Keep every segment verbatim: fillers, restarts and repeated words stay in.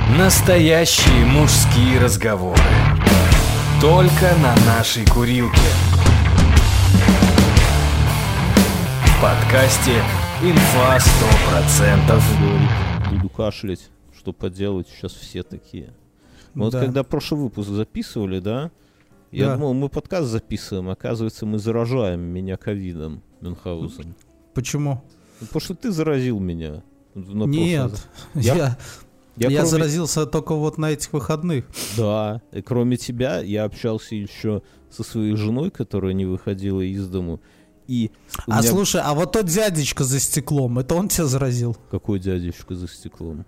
Настоящие мужские разговоры. Только на нашей курилке. В подкасте «Инфа сто процентов». Буду кашлять, что поделать, сейчас все такие. Мы вот Да. когда прошлый выпуск записывали, да, я Да. думал, мы подкаст записываем, оказывается, мы заражаем меня ковидом, Мюнхгаузен. Почему? Ну, потому что ты заразил меня. на Нет, прошлый- я, Я- я, Я кроме- заразился только вот на этих выходных. Да, и кроме тебя, я общался еще со своей женой, которая не выходила из дому. И у А меня- слушай, а вот тот дядечка за стеклом, это он тебя заразил? Какой дядечка за стеклом?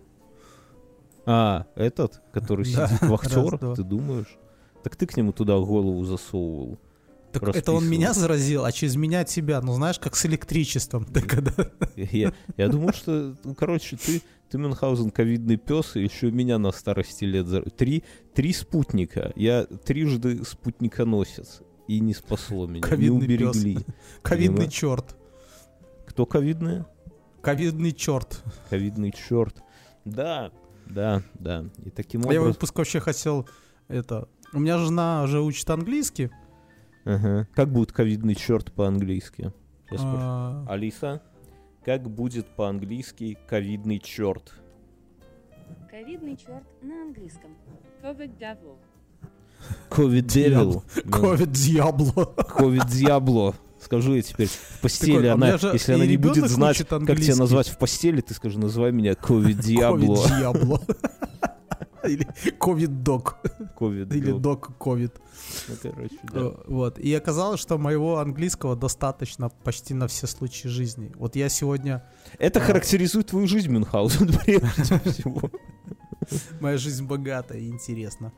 А, этот, который Да, сидит вахтер, раз, два. ты думаешь? Так ты к нему туда голову засовывал. Так это он Расписывал. меня заразил, а через меня тебя. Ну знаешь, как с электричеством. Ты когда... Я, я думал, что, ну, короче, ты, ты Мюнхгаузен, ковидный пес, и еще меня на старости лет... зар- Три, три спутника. Я трижды спутниконосец. И не спасло меня, Ковидный не уберегли. пес. Ковидный Понимаешь? черт. Кто ковидный? Ковидный черт. Ковидный черт. Да, да, да. И таким Я образом... выпуск вообще хотел... это. У меня жена уже учит английский. Ага. Как будет ковидный черт по-английски? Сейчас спрошу. А, Алиса, как будет по-английски ковидный черт? Ковидный черт на английском. COVID devil. Ковид девил. Ковид дьябло. Ковид дьябло. Скажу я теперь в постели, Такой, а у она, меня же если и она не будет ребенок знать, учит как тебя английский. назвать в постели, ты скажи, называй меня Ковид дьябло. Ковид дьябло. Или ковид дог. Ковид Или дог. дог ковид. Ну, короче, да. Э, Вот. И оказалось, что моего английского достаточно почти на все случаи жизни. Вот я сегодня... Это характеризует твою жизнь, Мюнхгаузен, прежде всего. Моя жизнь богата и интересна.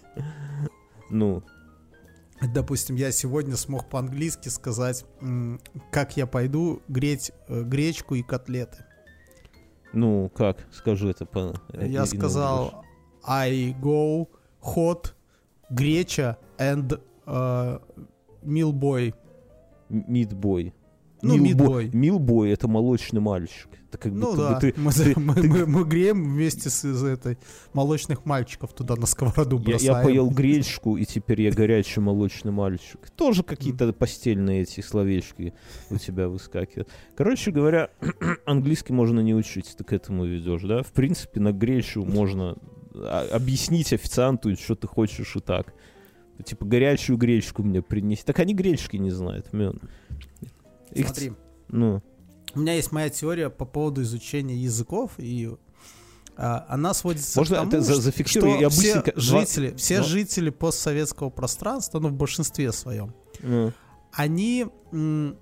Ну, Допустим, я сегодня смог по-английски сказать, м, как я пойду греть э, гречку и котлеты. ну, как? Скажи это по... Я сказал I go hot греча and э, милбой. Мидбой. Ну, мидбой. Милбой — это молочный мальчик. Это как Ну будто да, бы ты... мы, ты- мы- ты- мы- мы греем вместе с из этой молочных мальчиков туда на сковороду Я, бросаем. я поел гречку, и теперь я горячий молочный мальчик. Тоже какие-то постельные эти словечки у тебя выскакивают. Короче говоря, английский можно не учить, ты к этому ведешь, да? В принципе, на гречу можно а, объяснить официанту, что ты хочешь и так. Типа, горячую гречку мне принеси. Так они гречки не знают, Мён. Их ц- Смотри, Ну, у меня есть моя теория по поводу изучения языков, и а, она сводится можно к тому, это за- что- зафиксирую? что Я все быстренько- два- жители, все два- жители постсоветского пространства, ну, в большинстве своем, ну. они... м,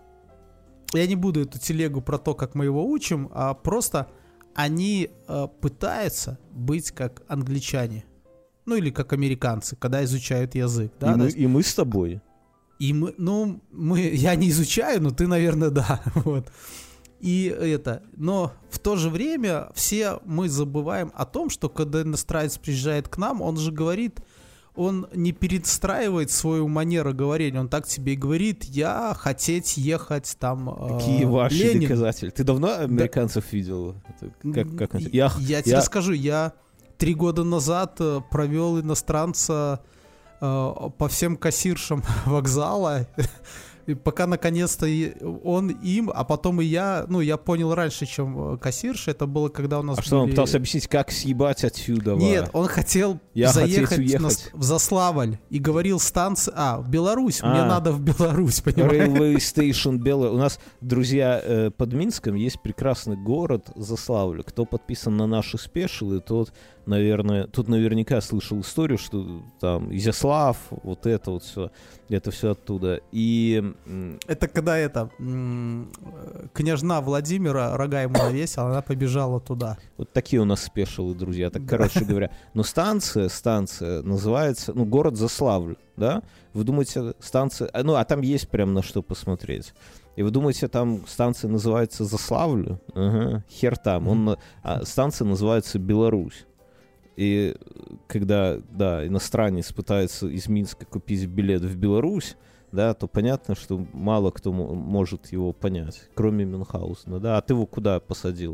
я не буду эту телегу про то, как мы его учим, а просто они э, пытаются быть как англичане. Ну, или как американцы, когда изучают язык. Да? И, То мы, есть- и мы с тобой. и мы, ну, мы, я не изучаю, но ты, наверное, да, вот. И это, но в то же время все мы забываем о том, что когда иностранец приезжает к нам, он же говорит, он не перестраивает свою манеру говорения, он так тебе и говорит, я хотеть ехать там э, Какие ваши Ленин. доказательства? Ты давно американцев видел? Это Как, как они- Я, я, тебе я- скажу, я три года назад э, провел иностранца э, по всем кассиршам вокзала, и пока наконец-то и он им, а потом и я, ну, я понял раньше, чем э, кассирша, это было, когда у нас А что, он были- пытался объяснить, как съебать отсюда? Нет, он хотел Я заехать хотеть на уехать. с- в Заславль и говорил станция, а, в Беларусь, мне А. надо в Беларусь, понимаешь? Railway Station Белая. У нас, друзья, э, под Минском есть прекрасный город Заславль. Кто подписан на наши спешилы, тот, наверное, тут наверняка слышал историю, что там Изяслав, вот это вот все, это все оттуда. И м, Это когда это м, э, княжна Владимира рога ему навесила, она побежала туда. вот такие у нас спешилы, друзья. Так, короче говоря, но станция, станция называется, ну, город Заславль, да? Вы думаете, станция, а, ну, а там есть прям на что посмотреть. И вы думаете, там станция называется Заславль? Ага, хер там. Он, на- а станция называется Беларусь. И когда, да, иностранец пытается из Минска купить билет в Беларусь, да, то понятно, что мало кто м- может его понять, кроме Мюнхгаузена, да. А ты его куда посадил?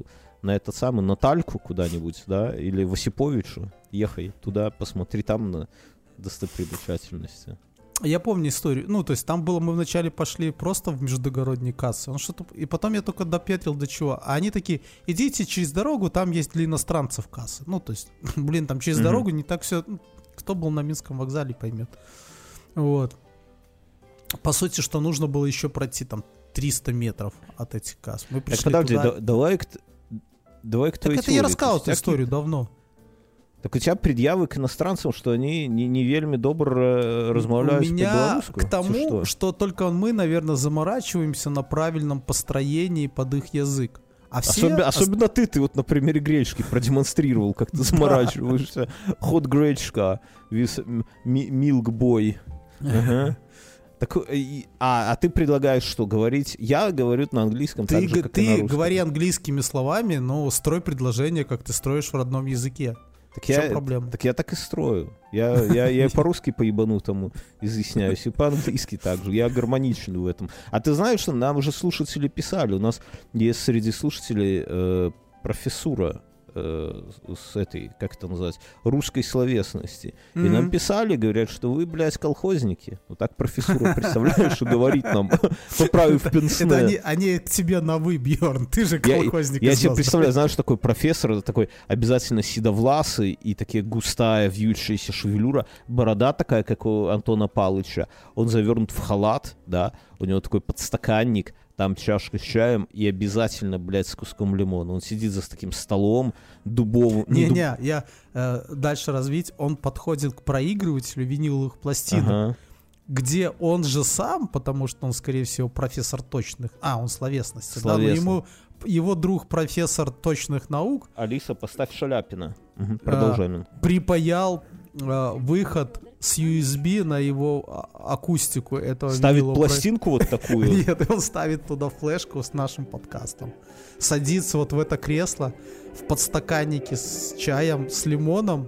на этот самый, на Тальку куда-нибудь, да, или в Осиповичу, ехай туда, посмотри там на достопримечательности. Я помню историю. Ну, то есть там было, мы вначале пошли просто в междугородние кассы. Он что-то... И потом я только допетрил до чего. А они такие, идите через дорогу, там есть для иностранцев кассы. Ну, то есть, блин, там через mm-hmm. дорогу не так все... Кто был на Минском вокзале, поймет. Вот. По сути, что нужно было еще пройти там триста метров от этих касс. Мы пришли так, подожди, туда... да, давай к... Давай к твоей Так это теории. я рассказал эту всякие... историю давно. Так у тебя предъявы к иностранцам, что они не, не вельми добро размовляют у меня по-белорусски? К тому, что? что только мы, наверное, заморачиваемся на правильном построении под их язык. А все... Особенно, особенно ты, ты вот на примере гречки продемонстрировал, как ты заморачиваешься. Hot гречка with milk boy. Ага. Так, а, а ты предлагаешь что, говорить? Я говорю на английском ты, так же, как ты и на русском. Ты говори английскими словами, но строй предложение, как ты строишь в родном языке. Так в чем я, проблема? Так я так и строю. Я, я, я по-русски по-ебанутому изъясняюсь, и по-английски также. Я гармоничен в этом. А ты знаешь, что нам уже слушатели писали. У нас есть среди слушателей э, профессура э, с этой, как это называется, русской словесности. Mm-hmm. И нам писали, говорят, что вы, блядь, колхозники. Вот так профессура, представляешь, и говорит нам, поправив пенсне. Это они, они к тебе на вы, Бьерн, ты же колхозник. Я, я себе представляю, знаешь, такой профессор, такой обязательно седовласый и такие густая, вьющаяся шевелюра, борода такая, как у Антона Павловича. Он завернут в халат, да, у него такой подстаканник, там чашка с чаем и обязательно, блядь, с куском лимона. Он сидит за таким столом дубовым. Не-не, дуб... я э, дальше развить. Он подходит к проигрывателю виниловых пластинок, ага. где он же сам, потому что он, скорее всего, профессор точных... А, он словесности. Да, но ему его друг профессор точных наук... Алиса, поставь Шаляпина. Угу, продолжаем. Э, припаял э, выход... с ю эс би на его акустику этого ставит винилового... пластинку вот такую? Нет, он ставит туда флешку с нашим подкастом. Садится вот в это кресло в подстаканнике с чаем, с лимоном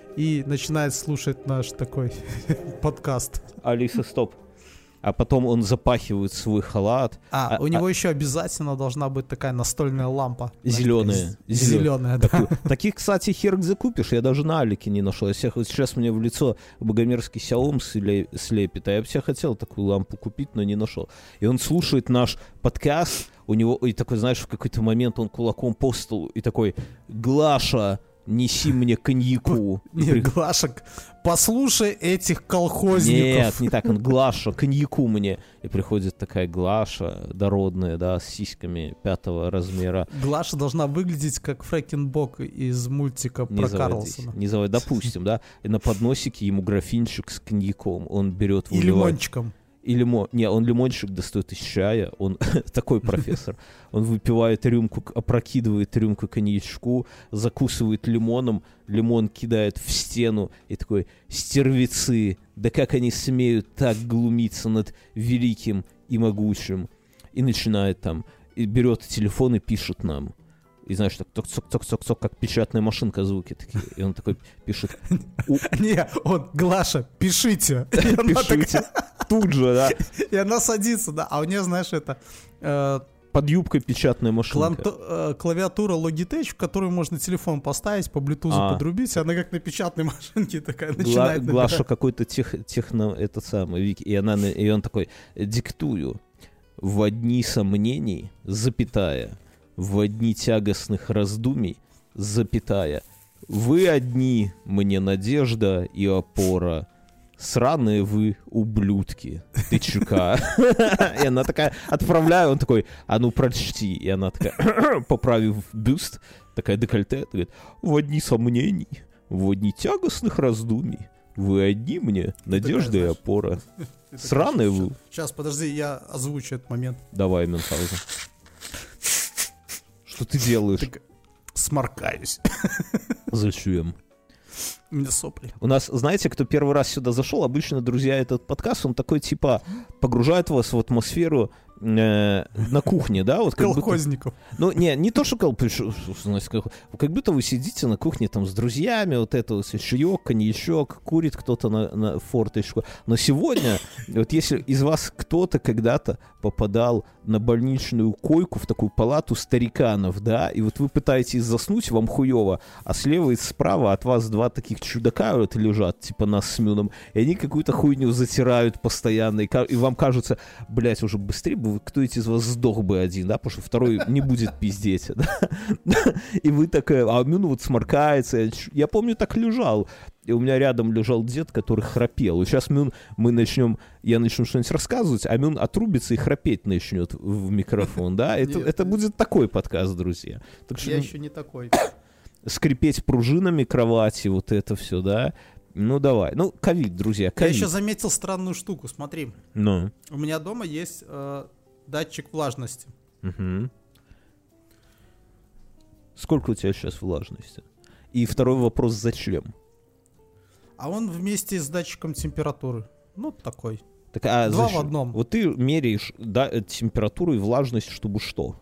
и начинает слушать наш такой подкаст. Алиса, стоп. А потом он запахивает свой халат. А, а у него а... еще обязательно должна быть такая настольная лампа. Зеленая. Зеленая, да. Такую. Таких, кстати, хер где закупишь. Я даже на Алике не нашел. Я всех, вот сейчас мне в лицо богомерзкий Xiaomi слепит. А я бы все хотел такую лампу купить, но не нашел. И он слушает наш подкаст. У него, и такой, знаешь, в какой-то момент он кулаком по столу и такой: Глаша, неси мне коньяку. Нет, при... Глаша, послушай этих колхозников. Нет, не так, он: Глаша, коньяку мне. И приходит такая Глаша, дородная, да, с сиськами пятого размера. Глаша должна выглядеть как Фрэкенбок из мультика не про заводись, Карлсона. Не заводись, допустим, да. И на подносике ему графинчик с коньяком. Он берет, выливает. И лимончиком. И лимон. Не, он лимончик достает из чая. Он такой профессор. Он выпивает рюмку, опрокидывает рюмку коньячку, закусывает лимоном, лимон кидает в стену и такой: стервецы, да как они смеют так глумиться над великим и могучим. И начинает там, и берет телефон и пишет нам. И знаешь, так цок-цок-цок-цок, как печатная машинка, звуки такие. И он такой пишет: не, он: Глаша, пишите. Пишите. Тут же, да. И она садится, да. А у нее, знаешь, это... Под юбкой печатная машинка. Кланто, клавиатура Logitech, в которую можно телефон поставить, по блютузу а. подрубить, и она как на печатной машинке такая начинает... Гла- Глаша какой-то тех, техно... этот самый, и, она, и он такой: диктую. В одни сомнений, запятая. В одни тягостных раздумий, запятая. Вы одни, мне надежда и опора. Сраные вы ублюдки, ты чука. И она такая: отправляю, он такой: а ну прочти. И она такая, поправив бюст, такая декольте, говорит: в одни сомнений, в одни тягостных раздумий, вы одни мне надежда и опора. Сраные вы. Сейчас, подожди, я озвучу этот момент. Давай, Мюнхгаузен. Что ты делаешь? Так, сморкаюсь. Зачем? У меня сопли. У нас, знаете, кто первый раз сюда зашел, обычно, друзья, этот подкаст, он такой, типа, погружает вас в атмосферу э, на кухне, да, вот как будто... Колхозников. Ну, не, не то, что кол- как будто вы сидите на кухне там с друзьями, вот это вот чаек, коньячок, курит кто-то на, на форточку. Но сегодня, вот если из вас кто-то когда-то попадал на больничную койку в такую палату стариканов, да, и вот вы пытаетесь заснуть, вам хуево, а слева и справа от вас два таких чудака вот лежат, типа нас с Мюном, и они какую-то хуйню затирают постоянно, и, и вам кажется, блять, уже быстрее бы кто-нибудь из вас сдох бы один, да, потому что второй не будет пиздеть, да? И вы такая, а Мюн вот сморкается, я помню, так лежал, и у меня рядом лежал дед, который храпел, и сейчас Мюн, мы начнем, я начну что-нибудь рассказывать, а Мюн отрубится и храпеть начнет в микрофон, да, это, Нет, это будет такой подкаст, друзья. Так что Я еще не такой. скрипеть пружинами кровати, вот это все, да. Ну, давай. Ну, ковид, друзья, Я ковид. еще заметил странную штуку, смотри. Ну. У меня дома есть э, датчик влажности. Угу. Сколько у тебя сейчас влажности? И второй вопрос, зачем? А он вместе с датчиком температуры. Ну, такой. Так, а Два зачем? в одном. Вот ты меряешь, да, температуру и влажность, чтобы что?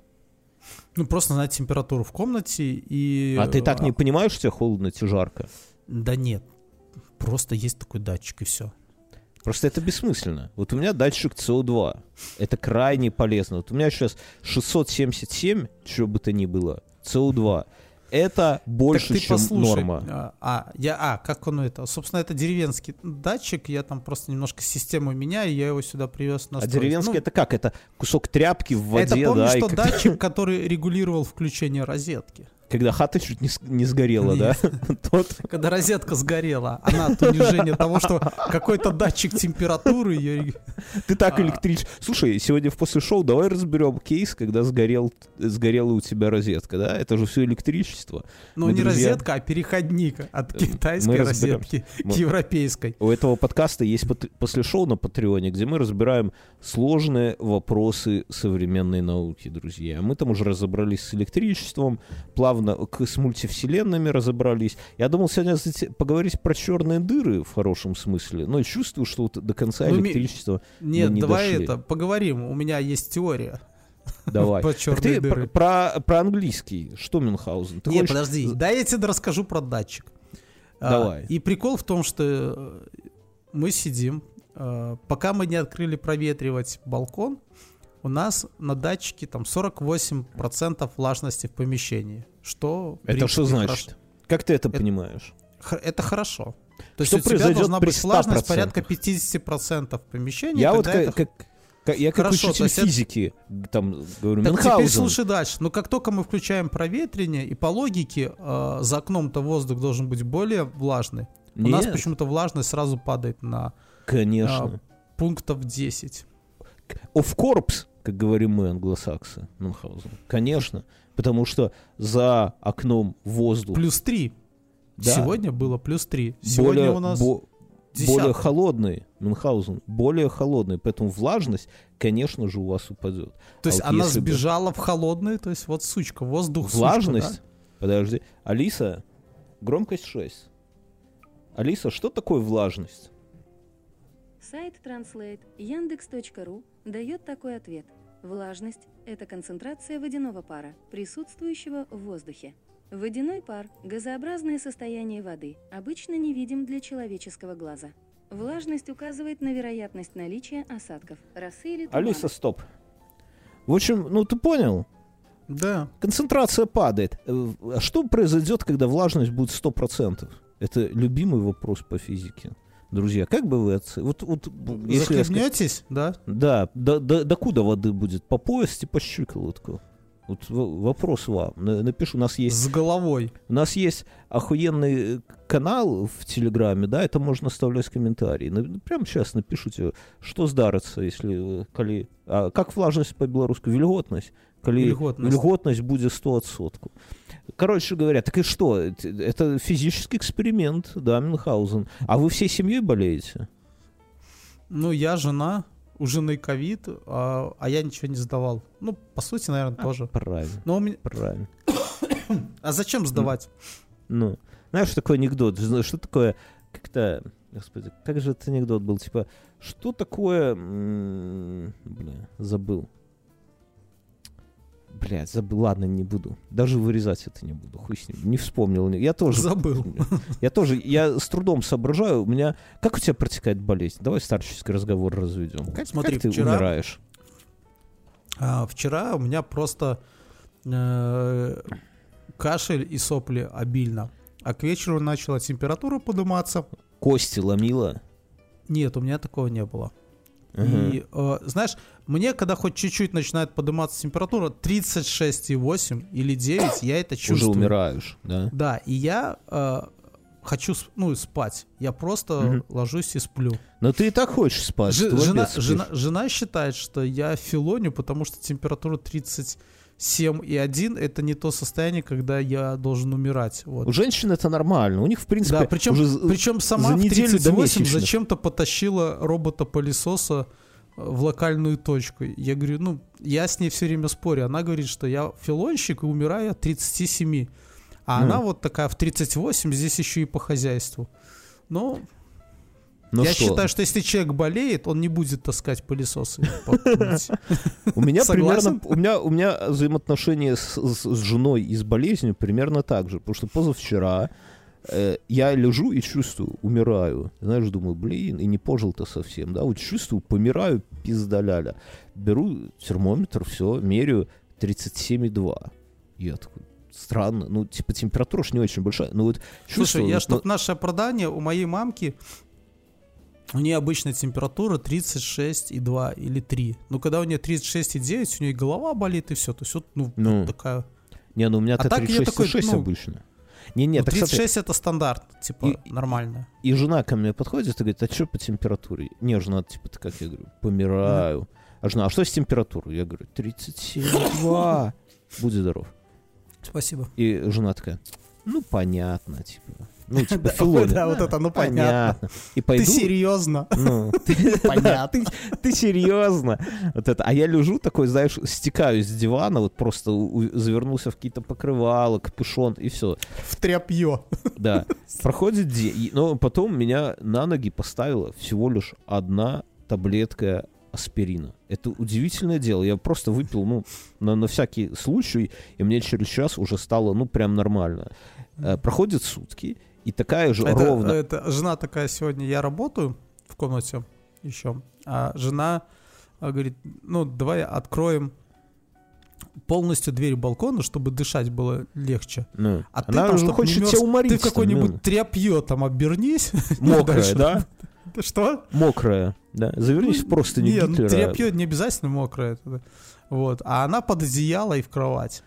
Ну, просто знать температуру в комнате и... А ты так не понимаешь, что тебе холодно, тебе жарко? Да нет. Просто есть такой датчик, и все. Просто это бессмысленно. Вот у меня датчик си о два. Это крайне полезно. Вот у меня сейчас шестьсот семьдесят семь, что бы то ни было, си о два. Это больше, Так ты чем послушай, норма. А, а, я, а, как он это? Собственно, это деревенский датчик. Я там просто немножко систему меняю, я его сюда привез на А стройку. деревенский Ну, это как? Это кусок тряпки в воде, это помнишь, да? и что как- датчик, который регулировал включение розетки? Когда хата чуть не, с- не сгорела, да? Тот. Когда розетка сгорела, она от унижения того, что какой-то датчик температуры ее... Ты так А. электрич. Слушай, сегодня в после шоу давай разберем кейс, когда сгорел, сгорела у тебя розетка, да? Это же все электричество. Ну, Мы, не друзья, розетка, а переходник от мы китайской разберем. розетки Мы- к европейской. У этого подкаста есть пот- после шоу на Патреоне, где мы разбираем сложные вопросы современной науки, друзья. Мы там уже разобрались с электричеством, плавно к, с мультивселенными разобрались. Я думал сегодня зате- поговорить про черные дыры в хорошем смысле, но чувствую, что вот до конца Ну, ми- электричества Нет, мы не давай дошли. это, поговорим. У меня есть теория. Давай. Про Так черные ты дыры. про, про, про английский. Что Мюнхгаузен? Ты Не, хочешь- подожди, дай я тебе расскажу про датчик. А, Давай. И прикол в том, что э, мы сидим, э, пока мы не открыли проветривать балкон, у нас на датчике там сорок восемь процентов влажности в помещении. Что, в Это что принципе, значит? хорошо. Как ты это, Это- понимаешь? Х- Это хорошо. То Что есть у тебя произойдет должна при быть ста влажность процентах? порядка пятьдесят процентов в помещении. Я вот тогда как, это как- как- я как Хорошо, то учитель есть это- физики там говорю, Так теперь Мюнхгаузен. слушай дальше. Но как только мы включаем проветривание, и по логике э, за окном-то воздух должен быть более влажный, у нас Нет, почему-то влажность сразу падает на конечно. пунктов десять. Of course, как говорим мы, англосаксы, Мюнхгаузен. Конечно, потому что за окном воздух Плюс три. Да. Сегодня было плюс три. Сегодня более, у нас бо- десятка. более холодный, Мюнхгаузен, более холодный, поэтому влажность, конечно же, у вас упадет. То есть а вот она если бы- сбежала в холодный, то есть вот сучка, воздух сучка, Влажность? да? Подожди. Алиса, громкость шесть. Алиса, что такое влажность? Сайт Translate яндекс точка ру дает такой ответ. Влажность – это концентрация водяного пара, присутствующего в воздухе. Водяной пар – газообразное состояние воды, обычно невидим для человеческого глаза. Влажность указывает на вероятность наличия осадков, росы или тумана. Алиса, стоп. В общем, ну ты понял? Да. Концентрация падает. Э, А что произойдет, когда влажность будет сто процентов? Это любимый вопрос по физике. Друзья, как бы вы оценили? Вот, вот, если я ска- Захлебнетесь, да? Да, до, до, докуда воды будет? По пояс, по щиколотку? Вот в- вопрос вам. На- Напишу, у нас есть, С головой. у нас есть охуенный э, канал в Телеграме, да, это можно оставлять комментарии. На- Прямо сейчас напишите, что здарится, если вы, коли... А как влажность по-белорусски? Вильготность? Коли Вильготность. вильготность будет сто відсотків. Короче говоря, так и что? Это- Это физический эксперимент, да, Мюнхгаузен. А вы всей семьей болеете? Ну, я жена, у жены ковид, а, а я ничего не сдавал. Ну, по сути, наверное, тоже. Правильно, Но у меня... правильно. А зачем сдавать? Ну, знаешь, такой анекдот? Знаешь, что такое, как-то, господи, как же этот анекдот был? Типа, что такое, м, бля, забыл. Блядь, забыл, ладно, не буду. Даже вырезать это не буду, хуй с ним. Не вспомнил. Я тоже... Забыл. Я тоже, я с трудом соображаю. У меня... Как у тебя протекает болезнь? Давай старческий разговор разведем. Как, Смотри, как ты вчера, умираешь? А, вчера у меня просто э, кашель и сопли обильно. А к вечеру начала температура подниматься. Кости ломила? Нет, у меня такого не было. Угу. И, э, знаешь, мне, когда хоть чуть-чуть начинает подниматься температура, тридцать шесть и восемь или девять, я это чувствую. Уже умираешь, да? Да, и я э, хочу ну, спать. Я просто Угу. ложусь и сплю. Но ты и так хочешь спать. Ж- ты в жена, обед спишь. жена, жена считает, что я филоню, потому что температура тридцать семь и один это не то состояние, когда я должен умирать. Вот. У женщин это нормально. У них, в принципе, Да, причем, уже за- причем сама за в неделю тридцать до восемь месячных. зачем-то потащила робота-пылесоса в локальную точку. Я говорю, ну, я с ней все время спорю. Она говорит, что я филонщик и умираю от тридцати семи. А Ну. она вот такая в тридцать восемь, здесь еще и по хозяйству. Но Ну я что? считаю, что если человек болеет, он не будет таскать пылесосы. по комнате. У меня Согласен? примерно, у меня, у меня взаимоотношения с, с- с женой и с болезнью примерно так же. Потому что позавчера э, я лежу и чувствую, умираю. Знаешь, думаю, блин, и не пожил-то совсем, да, вот чувствую, помираю, пиздаляля. Беру термометр, все, меряю тридцать семь и два. Я такой, странно, ну, типа, температура ж не очень большая. Ну, вот чувствую... Слушай, я но- чтоб наше оправдание, у моей мамки у нее обычная температура тридцать шесть и два или три. Но когда у нее тридцать шесть и девять, у нее голова болит и все. То есть вот, ну, Ну. такая... Не, ну, у меня А так тридцать я шесть и такой, шесть ну, обычно. Не, не, ну, так тридцать смотри. шесть это стандарт, типа, И- нормально. И жена ко мне подходит и говорит, а что по температуре? Не, жена, типа, ты как? Я говорю, помираю. А жена, а что с температурой? Я говорю, тридцать семь и два. Будь здоров. Спасибо. И жена такая, ну, понятно, типа. Ну, типа, Да, филония. да, вот это, ну, понятно. И пойду... Ты серьезно? Ну, ты- Понятно. да, Ты ты серьезно? Вот это. А я лежу такой, знаешь, стекаюсь с дивана, вот просто у- завернулся в какие-то покрывала, капюшон, и все. В тряпье. Да. Проходит день. и- Но потом меня на ноги поставила всего лишь одна таблетка аспирина. Это удивительное дело. Я просто выпил, ну, на, на всякий случай, и мне через час уже стало, ну, прям нормально. Э, проходят сутки, и такая же Это, ровно... это жена такая сегодня, я работаю в комнате еще, а жена а, говорит, ну давай откроем полностью дверь балкона, чтобы дышать было легче. Ну, А ты она там, уже чтоб хочет не мерз, тебя уморить. ты в там, какое-нибудь ну. тряпье там обернись. Мокрая, Дальше. да? Да что? Мокрая, да. Завернись в просто не Нет, ну, Гитлера. тряпье не обязательно мокрое. это, Вот. А она под одеяло и в кровать.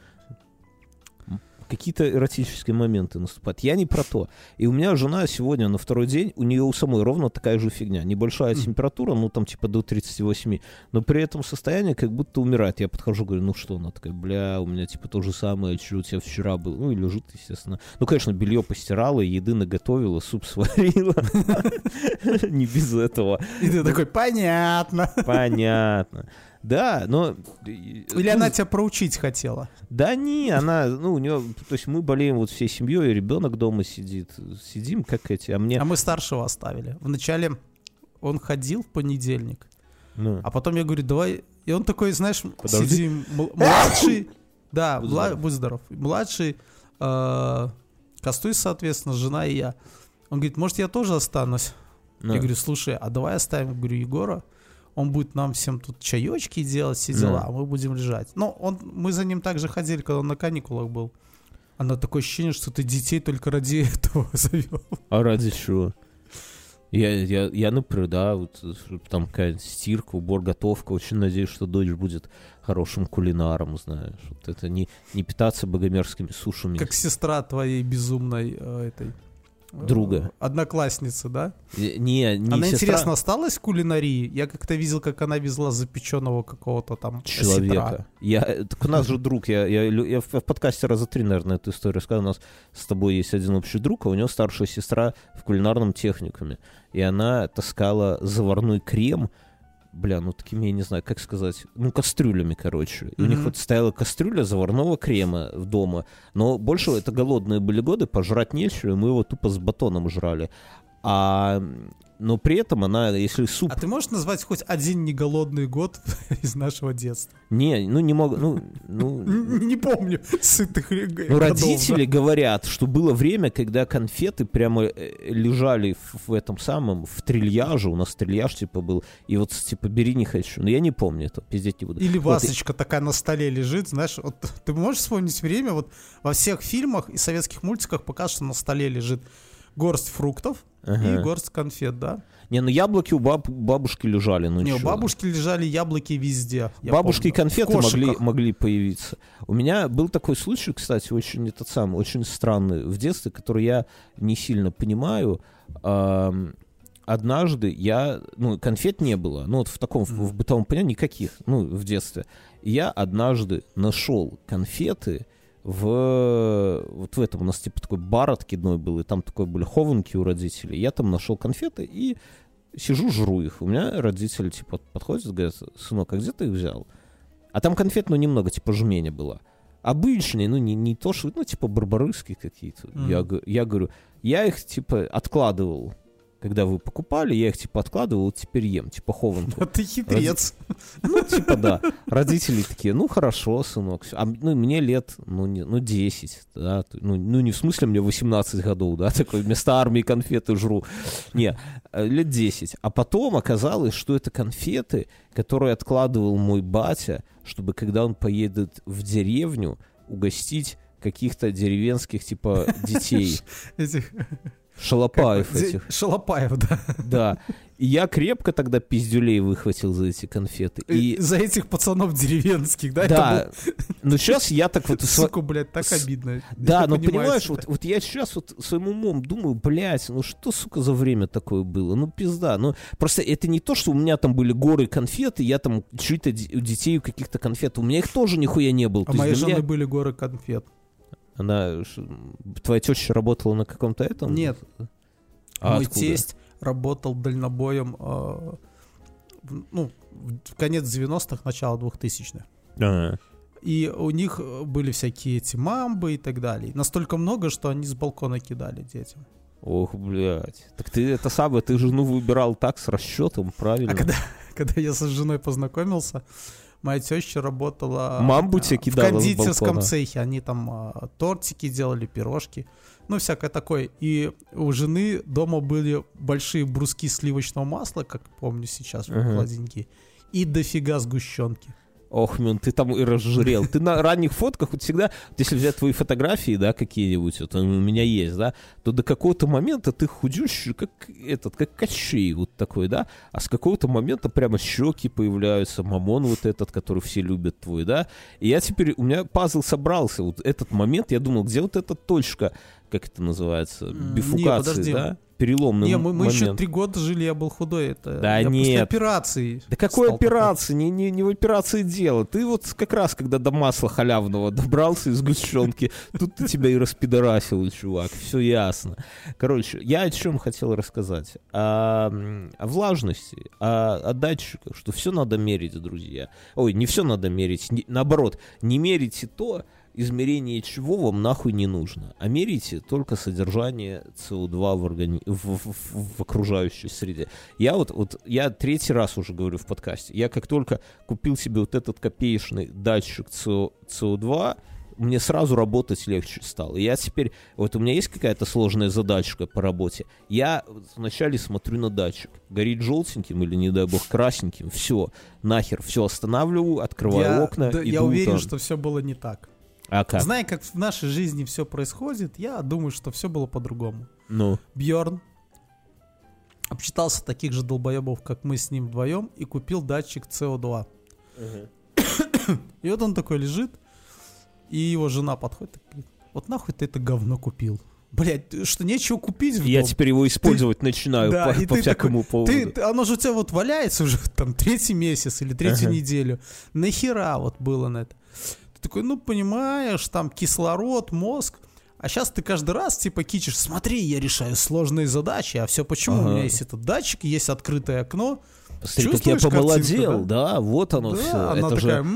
Какие-то эротические моменты наступают. Я не про то. И у меня жена сегодня на второй день, у нее у самой ровно такая же фигня. Небольшая Мгм. температура, ну там типа до тридцати восьми, но при этом состояние как будто умирает. Я подхожу, говорю, ну что? Она такая, бля, у меня типа то же самое, что у тебя вчера было. Ну и лежит, естественно. Ну, конечно, белье постирала, еды наготовила, суп сварила. Не без этого. И ты такой, понятно. Понятно. Да, но... Или она тебя проучить хотела. Да не, она, ну, у нее, то есть мы болеем вот всей семьей, ребенок дома сидит, сидим как эти, а мне... А мы старшего оставили. Вначале он ходил в понедельник, Ну, а потом я говорю, давай... И он такой, знаешь, Подожди. сидим... м- Младший... Да, Будь мла- здоров. будь здоров. Младший... э, Костусь, соответственно, жена и я. Он говорит, может, я тоже останусь? ну. Я говорю, слушай, а давай оставим, говорю, Егора. Он будет нам всем тут чаечки делать, все Ну. дела, а мы будем лежать. Но он, мы за ним также ходили, когда он на каникулах был. Оно такое ощущение, что ты детей только ради этого завел. А ради чего? Я, я, я, например, да, вот чтобы там какая-нибудь стирка, убор, готовка. Очень надеюсь, что дочь будет хорошим кулинаром, знаешь. Вот это не, не питаться богомерзкими сушами. Как сестра твоей безумной э, этой... э, Друга. Одноклассницы, да? Э, Не, не Она, сестра, интересно, осталась в кулинарии? Я как-то видел, как она везла запеченного какого-то там человека. осетра. Я, так у нас же друг, я, я, лю- я в, в подкасте раза три, наверное, эту историю рассказывал. У нас с тобой есть один общий друг, а у него старшая сестра в кулинарном техникуме. И она таскала заварной крем, бля, ну такими, я не знаю, как сказать, ну кастрюлями, короче. И у них Мгм. вот стояла кастрюля заварного крема в дома. Но больше это голодные были годы, пожрать нечего, и мы его тупо с батоном жрали. А, но при этом она, если суп... А ты можешь назвать хоть один неголодный год из нашего детства? Не, ну не могу, ну... ну... Не помню сытых годов. Ну, родители говорят, что было время, когда конфеты прямо лежали в, в этом самом, в трильяже, у нас трильяж типа был, и вот типа бери не хочу. Но я не помню это, пиздеть не буду. Или вот, васочка и... такая на столе лежит, знаешь, вот ты можешь вспомнить время, вот во всех фильмах и советских мультиках показывают, что на столе лежит горсть фруктов, ага. и горсть конфет, да? Не, ну яблоки у баб, бабушки лежали, ну Не, чё? у бабушки лежали яблоки везде. Бабушки помню. конфеты могли, могли появиться. У меня был такой случай, кстати, очень этот самый, очень странный в детстве, который я не сильно понимаю. Эм, однажды я, ну, конфет не было, ну, вот в таком, mm. в, в бытовом понимании никаких, ну, в детстве. Я однажды нашел конфеты в вот в этом у нас типа такой бар откидной был, и там такой были хованки у родителей. Я там нашел конфеты и сижу, жру их. У меня родители типа подходят и говорят: сынок, а где ты их взял? А там конфет, ну, немного, типа жменя была. Обычные, ну, не, не то, что, ну, типа барбарысские какие-то. Mm. Я, я говорю, я их, типа, откладывал. Когда вы покупали, я их, типа, откладывал, теперь ем, типа, хованку. А ты хитрец. Роди... Ну, типа, да. Родители такие: ну, хорошо, сынок. А, ну, мне лет, ну, не, ну, десять, да. Ну, ну, не в смысле мне восемнадцать годов, да, такой вместо армии конфеты жру. Не, лет десять. А потом оказалось, что это конфеты, которые откладывал мой батя, чтобы, когда он поедет в деревню, угостить каких-то деревенских, типа, детей. Этих... Шалопаев как, этих. Шалопаев, да. Да. И я крепко тогда пиздюлей выхватил за эти конфеты. И... За этих пацанов деревенских, да? Да. Был... Но сейчас я так вот... Сука, блядь, так обидно. Да, но понимаешь, вот, вот я сейчас вот своим умом думаю, блядь, ну что, сука, за время такое было? Ну пизда. Ну просто это не то, что у меня там были горы конфет, и я там чуть-то у детей у каких-то конфет. У меня их тоже нихуя не было. А моей жены меня... были горы конфет. Она... Твоя теща работала на каком-то этом? Нет. А Мой откуда? тесть работал дальнобоем э, в, ну, в конец девяностых, начало двухтысячных. А-а-а. И у них были всякие эти мамбы и так далее. Настолько много, что они с балкона кидали детям. Ох, блядь. Так ты это самое, ты жену выбирал так, с расчетом, правильно? А когда, когда я с женой познакомился, моя теща работала Мамбу тебе в кидала кондитерском цехе. Они там а, тортики делали, пирожки, ну всякое такое. И у жены дома были большие бруски сливочного масла, как помню сейчас в uh-huh. холодильнике, и дофига сгущенки. Ох, мен, ты там и разжирел. Ты на ранних фотках вот всегда, вот если взять твои фотографии, да, какие-нибудь, вот у меня есть, да, то до какого-то момента ты худющий, как этот, как Кощей вот такой, да, а с какого-то момента прямо щеки появляются, мамон вот этот, который все любят твой, да, и я теперь, у меня пазл собрался, вот этот момент, я думал, где вот эта точка, как это называется, бифуркации, не, да? Переломный не, мы, мы момент. еще три года жили, я был худой. Это да я нет. После операции. Да какой операции? Не, не, не в операции дело. Ты вот как раз, когда до масла халявного добрался из сгущенки, тут ты тебя и распидорасил, чувак. Все ясно. Короче, я о чем хотел рассказать. О, о влажности, о, о датчиках, что все надо мерить, друзья. Ой, не все надо мерить. Не, наоборот, не мерите то, измерение чего вам нахуй не нужно, а мерите только содержание си о два в, органи... в, в, в, в окружающей среде. Я вот, вот, я третий раз уже говорю в подкасте, я как только купил себе вот этот копеечный датчик си о два, мне сразу работать легче стало. Я теперь, вот у меня есть какая-то сложная задачка по работе, я вначале смотрю на датчик, горит желтеньким или, не дай бог, красненьким, все, нахер, все останавливаю, открываю я, окна. Да, я уверен, что все было не так. А как? Зная, как в нашей жизни все происходит, я думаю, что все было по-другому. Ну. Бьорн обчитался таких же долбоебов, как мы с ним вдвоем, и купил датчик си о два. Uh-huh. И вот он такой лежит, и его жена подходит и говорит: вот нахуй ты это говно купил? Блять, что нечего купить в дом? Я теперь его использовать ты... начинаю да, по, по всякому такой, поводу. Ты, ты, оно же у тебя вот валяется уже там третий месяц или третью uh-huh. неделю. Нахера вот было на это? Такой, ну, понимаешь, там кислород, мозг. А сейчас ты каждый раз, типа, кичишь: смотри, я решаю сложные задачи. А все почему? Ага. У меня есть этот датчик, есть открытое окно. Посмотри, как я помолодел, да, вот оно да, все. Она это такая, же... м-м,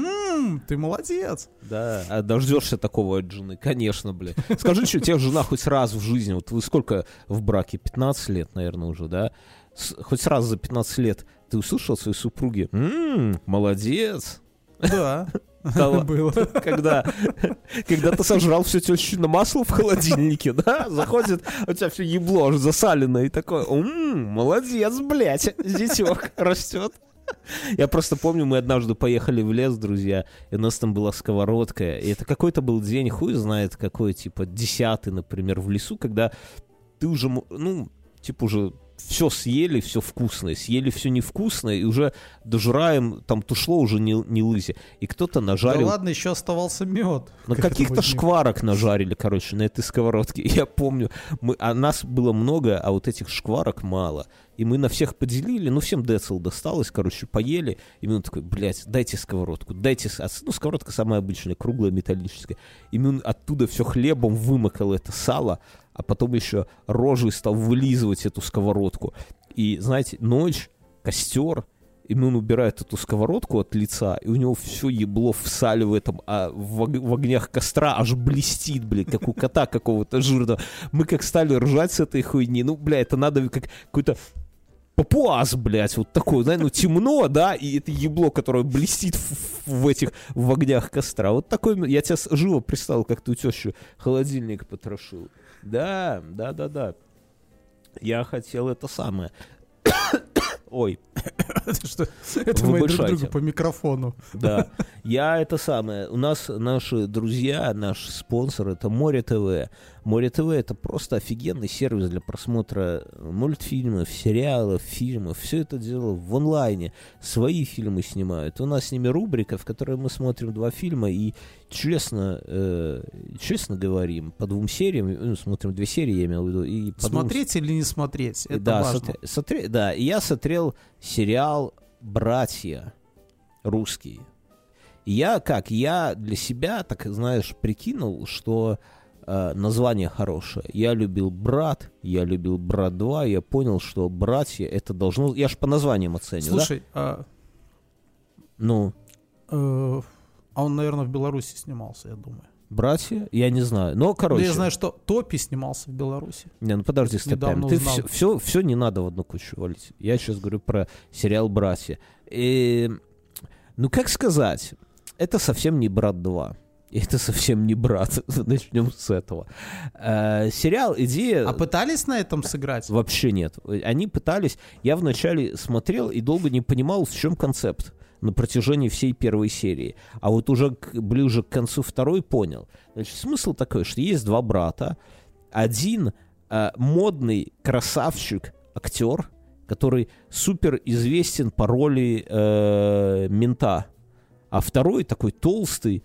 М-м, ты молодец. Да, а дождешься такого от жены, конечно, бля. Скажи, что тебе жена хоть раз в жизни, вот вы сколько в браке, пятнадцать лет, наверное, уже, да? С, хоть раз за пятнадцать лет ты услышал от своей супруги: «М-м, молодец». Да, Да, было. Когда, когда ты сожрал все тещино масло в холодильнике, да, заходит, у тебя все ебло аж засаленное, и такой: «М-м, молодец, блядь, зятек растет». Я просто помню, мы однажды поехали в лес, друзья, и у нас там была сковородка, и это какой-то был день, хуй знает какой, типа десятый, например, в лесу, когда ты уже, ну, типа уже все съели, все вкусное, съели все невкусное, и уже дожираем, там тушло уже не, не лызи. И кто-то нажарил... Да ладно, еще оставался мед. На каких-то шкварок нажарили, короче, на этой сковородке. Я помню, мы, а нас было много, а вот этих шкварок мало. И мы на всех поделили, ну, всем децл досталось, короче, поели. И мы такой: блядь, дайте сковородку, дайте... Ну, сковородка самая обычная, круглая, металлическая. И мы оттуда все хлебом вымокал это сало, а потом еще рожей стал вылизывать эту сковородку. И, знаете, ночь, костер, и он убирает эту сковородку от лица, и у него все ебло в сале в этом, а в, в огнях костра аж блестит, блядь, как у кота какого-то жирного. Мы как стали ржать с этой хуйни, ну, бля, это надо как какой-то папуас, блядь, вот такой, знаете, ну, темно, да, и это ебло, которое блестит в, в этих, в огнях костра. Вот такой, я тебя живо представил, как ты у тещи холодильник потрошил. Да, да, да, да. Я хотел это самое. Ой. Что? Это мы друг другу по микрофону. Да. Я это самое. У нас наши друзья, наш спонсор — это Море ТВ. Море ТВ — это просто офигенный сервис для просмотра мультфильмов, сериалов, фильмов. Все это дело в онлайне. Свои фильмы снимают. У нас с ними рубрика, в которой мы смотрим два фильма и честно, э, честно говорим, по двум сериям, ну, смотрим две серии, я имел в виду. И по смотреть двум... или не смотреть? Это да, важно. Сотр... Сотр... Да, и я смотрел сериал «Братья» русский. И я как? Я для себя, так знаешь, прикинул, что э, название хорошее. Я любил «Брат», я любил «Брат два», я понял, что «Братья» это должно... Я ж по названиям оценю, Слушай, да? а... Ну? Э, а он, наверное, в Беларуси снимался, я думаю. «Братья»? Я не знаю. Но, короче... Да я знаю, что Топи снимался в Беларуси. Не, ну подожди, стопами. Ты все, все, все не надо в одну кучу валить. Я сейчас говорю про сериал «Братья». И, ну, как сказать, это совсем не «Брат два». Это совсем не «Брат». Начнем с этого. Э, сериал, идея... А пытались на этом сыграть? Вообще нет. Они пытались... Я вначале смотрел и долго не понимал, в чем концепт на протяжении всей первой серии. А вот уже к, ближе к концу второй понял. Значит, смысл такой, что есть два брата. Один э, модный красавчик, актер, который супер известен по роли э, мента. А второй такой толстый,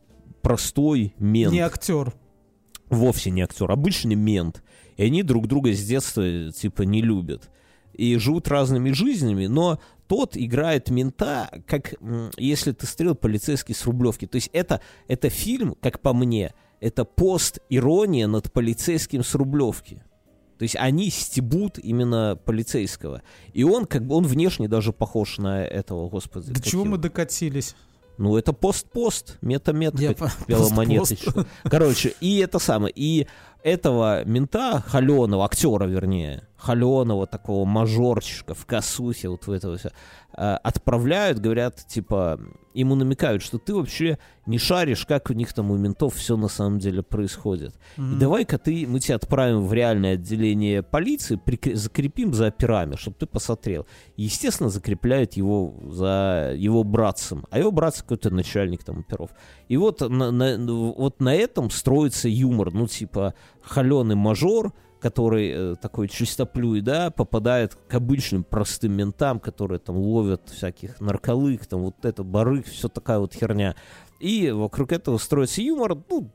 простой мент. Не актер. Вовсе не актер, обычный мент. И они друг друга с детства типа не любят. И живут разными жизнями, но тот играет мента, как если ты стрел полицейский с Рублевки. То есть это, это фильм, как по мне, это пост-ирония над полицейским с Рублевки. То есть они стебут именно полицейского. И он как бы, он внешне даже похож на этого, господи. До чего мы докатились? Ну, это пост-пост, мета-мета, как пела Монеточка. Короче, и это самое, и этого мента, холеного, актера, вернее, холеного такого мажорчика в косухе, вот в это все, отправляют, говорят, типа, ему намекают, что ты вообще не шаришь, как у них там у ментов все на самом деле происходит. Mm-hmm. И давай-ка ты, мы тебя отправим в реальное отделение полиции, прикр- закрепим за операми, чтобы ты посмотрел. И, естественно, закрепляют его за его братцем, а его братец какой-то начальник там оперов. И вот на, на, вот на этом строится юмор, ну, типа, холеный мажор, который э, такой чистоплюй, да, попадает к обычным простым ментам, которые там ловят всяких нарколык, там вот это, барыг, все такая вот херня. И вокруг этого строится юмор, ну,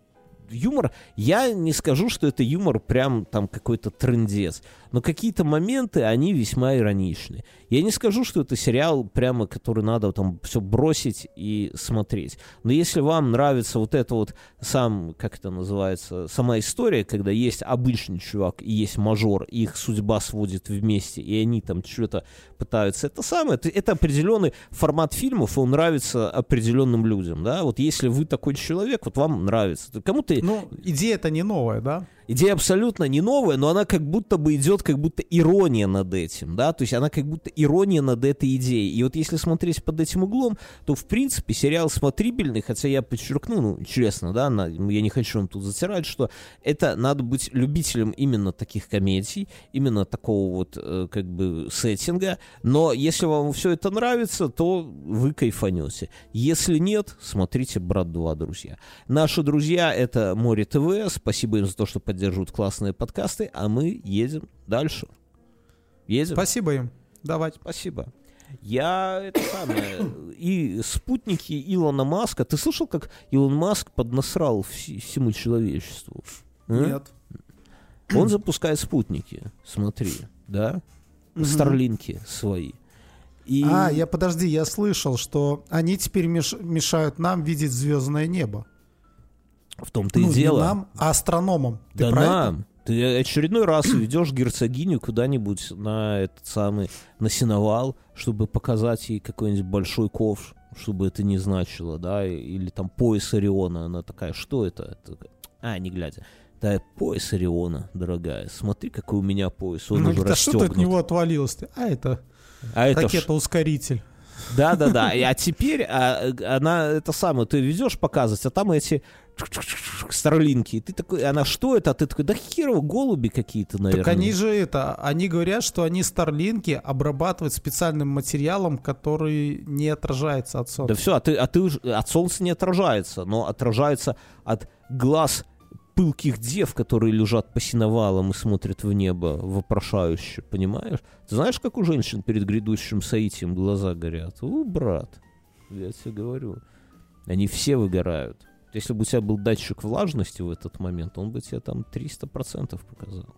юмор, я не скажу, что это юмор прям там какой-то трындец, но какие-то моменты, они весьма ироничны. Я не скажу, что это сериал прямо, который надо там все бросить и смотреть. Но если вам нравится вот это вот сам, как это называется, сама история, когда есть обычный чувак и есть мажор, и их судьба сводит вместе, и они там что-то пытаются, это самое, это, это определенный формат фильмов, и он нравится определенным людям, да, вот если вы такой человек, вот вам нравится, то кому-то... Ну, идея-то не новая, да? Идея абсолютно не новая, но она как будто бы идет, как будто ирония над этим, да, то есть она как будто ирония над этой идеей. И вот если смотреть под этим углом, то, в принципе, сериал смотрибельный, хотя я подчеркну, ну, честно, да, на, я не хочу вам тут затирать, что это надо быть любителем именно таких комедий, именно такого вот, э, как бы, сеттинга, но если вам все это нравится, то вы кайфанете. Если нет, смотрите «Брат два», друзья. Наши друзья — это Море ТВ, спасибо им за то, что поддерживают держат классные подкасты, а мы едем дальше. Едем. Спасибо им. Давай. Спасибо. Я это самое... И спутники Илона Маска... Ты слышал, как Илон Маск поднасрал вс- всему человечеству? Нет. А? Он запускает спутники. Смотри, да? Старлинки свои. И... А, я подожди, я слышал, что они теперь меш- мешают нам видеть звездное небо. В том-то ну, и дело. Не нам, а астрономам. Ты да про нам. Это? Ты очередной раз ведешь герцогиню куда-нибудь на этот самый, на сеновал, чтобы показать ей какой-нибудь большой ковш, чтобы это не значило, да, или там пояс Ориона. Она такая, что это? это... А, не глядя. Да, пояс Ориона, дорогая. Смотри, какой у меня пояс. Он ну, уже да расстегнут. что ты от него отвалилось? А это а ракета-ускоритель. Да, да, да. А теперь а, она это самое, ты ведешь показывать, а там эти старлинки. И ты такой, она что это? А ты такой, да херово, голуби какие-то, наверное. Так они же это, они говорят, что они старлинки обрабатывают специальным материалом, который не отражается от солнца. Да все, а ты, а ты от солнца не отражается, но отражается от глаз пылких дев, которые лежат по сеновалам и смотрят в небо вопрошающе, понимаешь? Ты знаешь, как у женщин перед грядущим соитием глаза горят? У, брат, я тебе говорю, они все выгорают. Если бы у тебя был датчик влажности в этот момент, он бы тебе там триста процентов показал.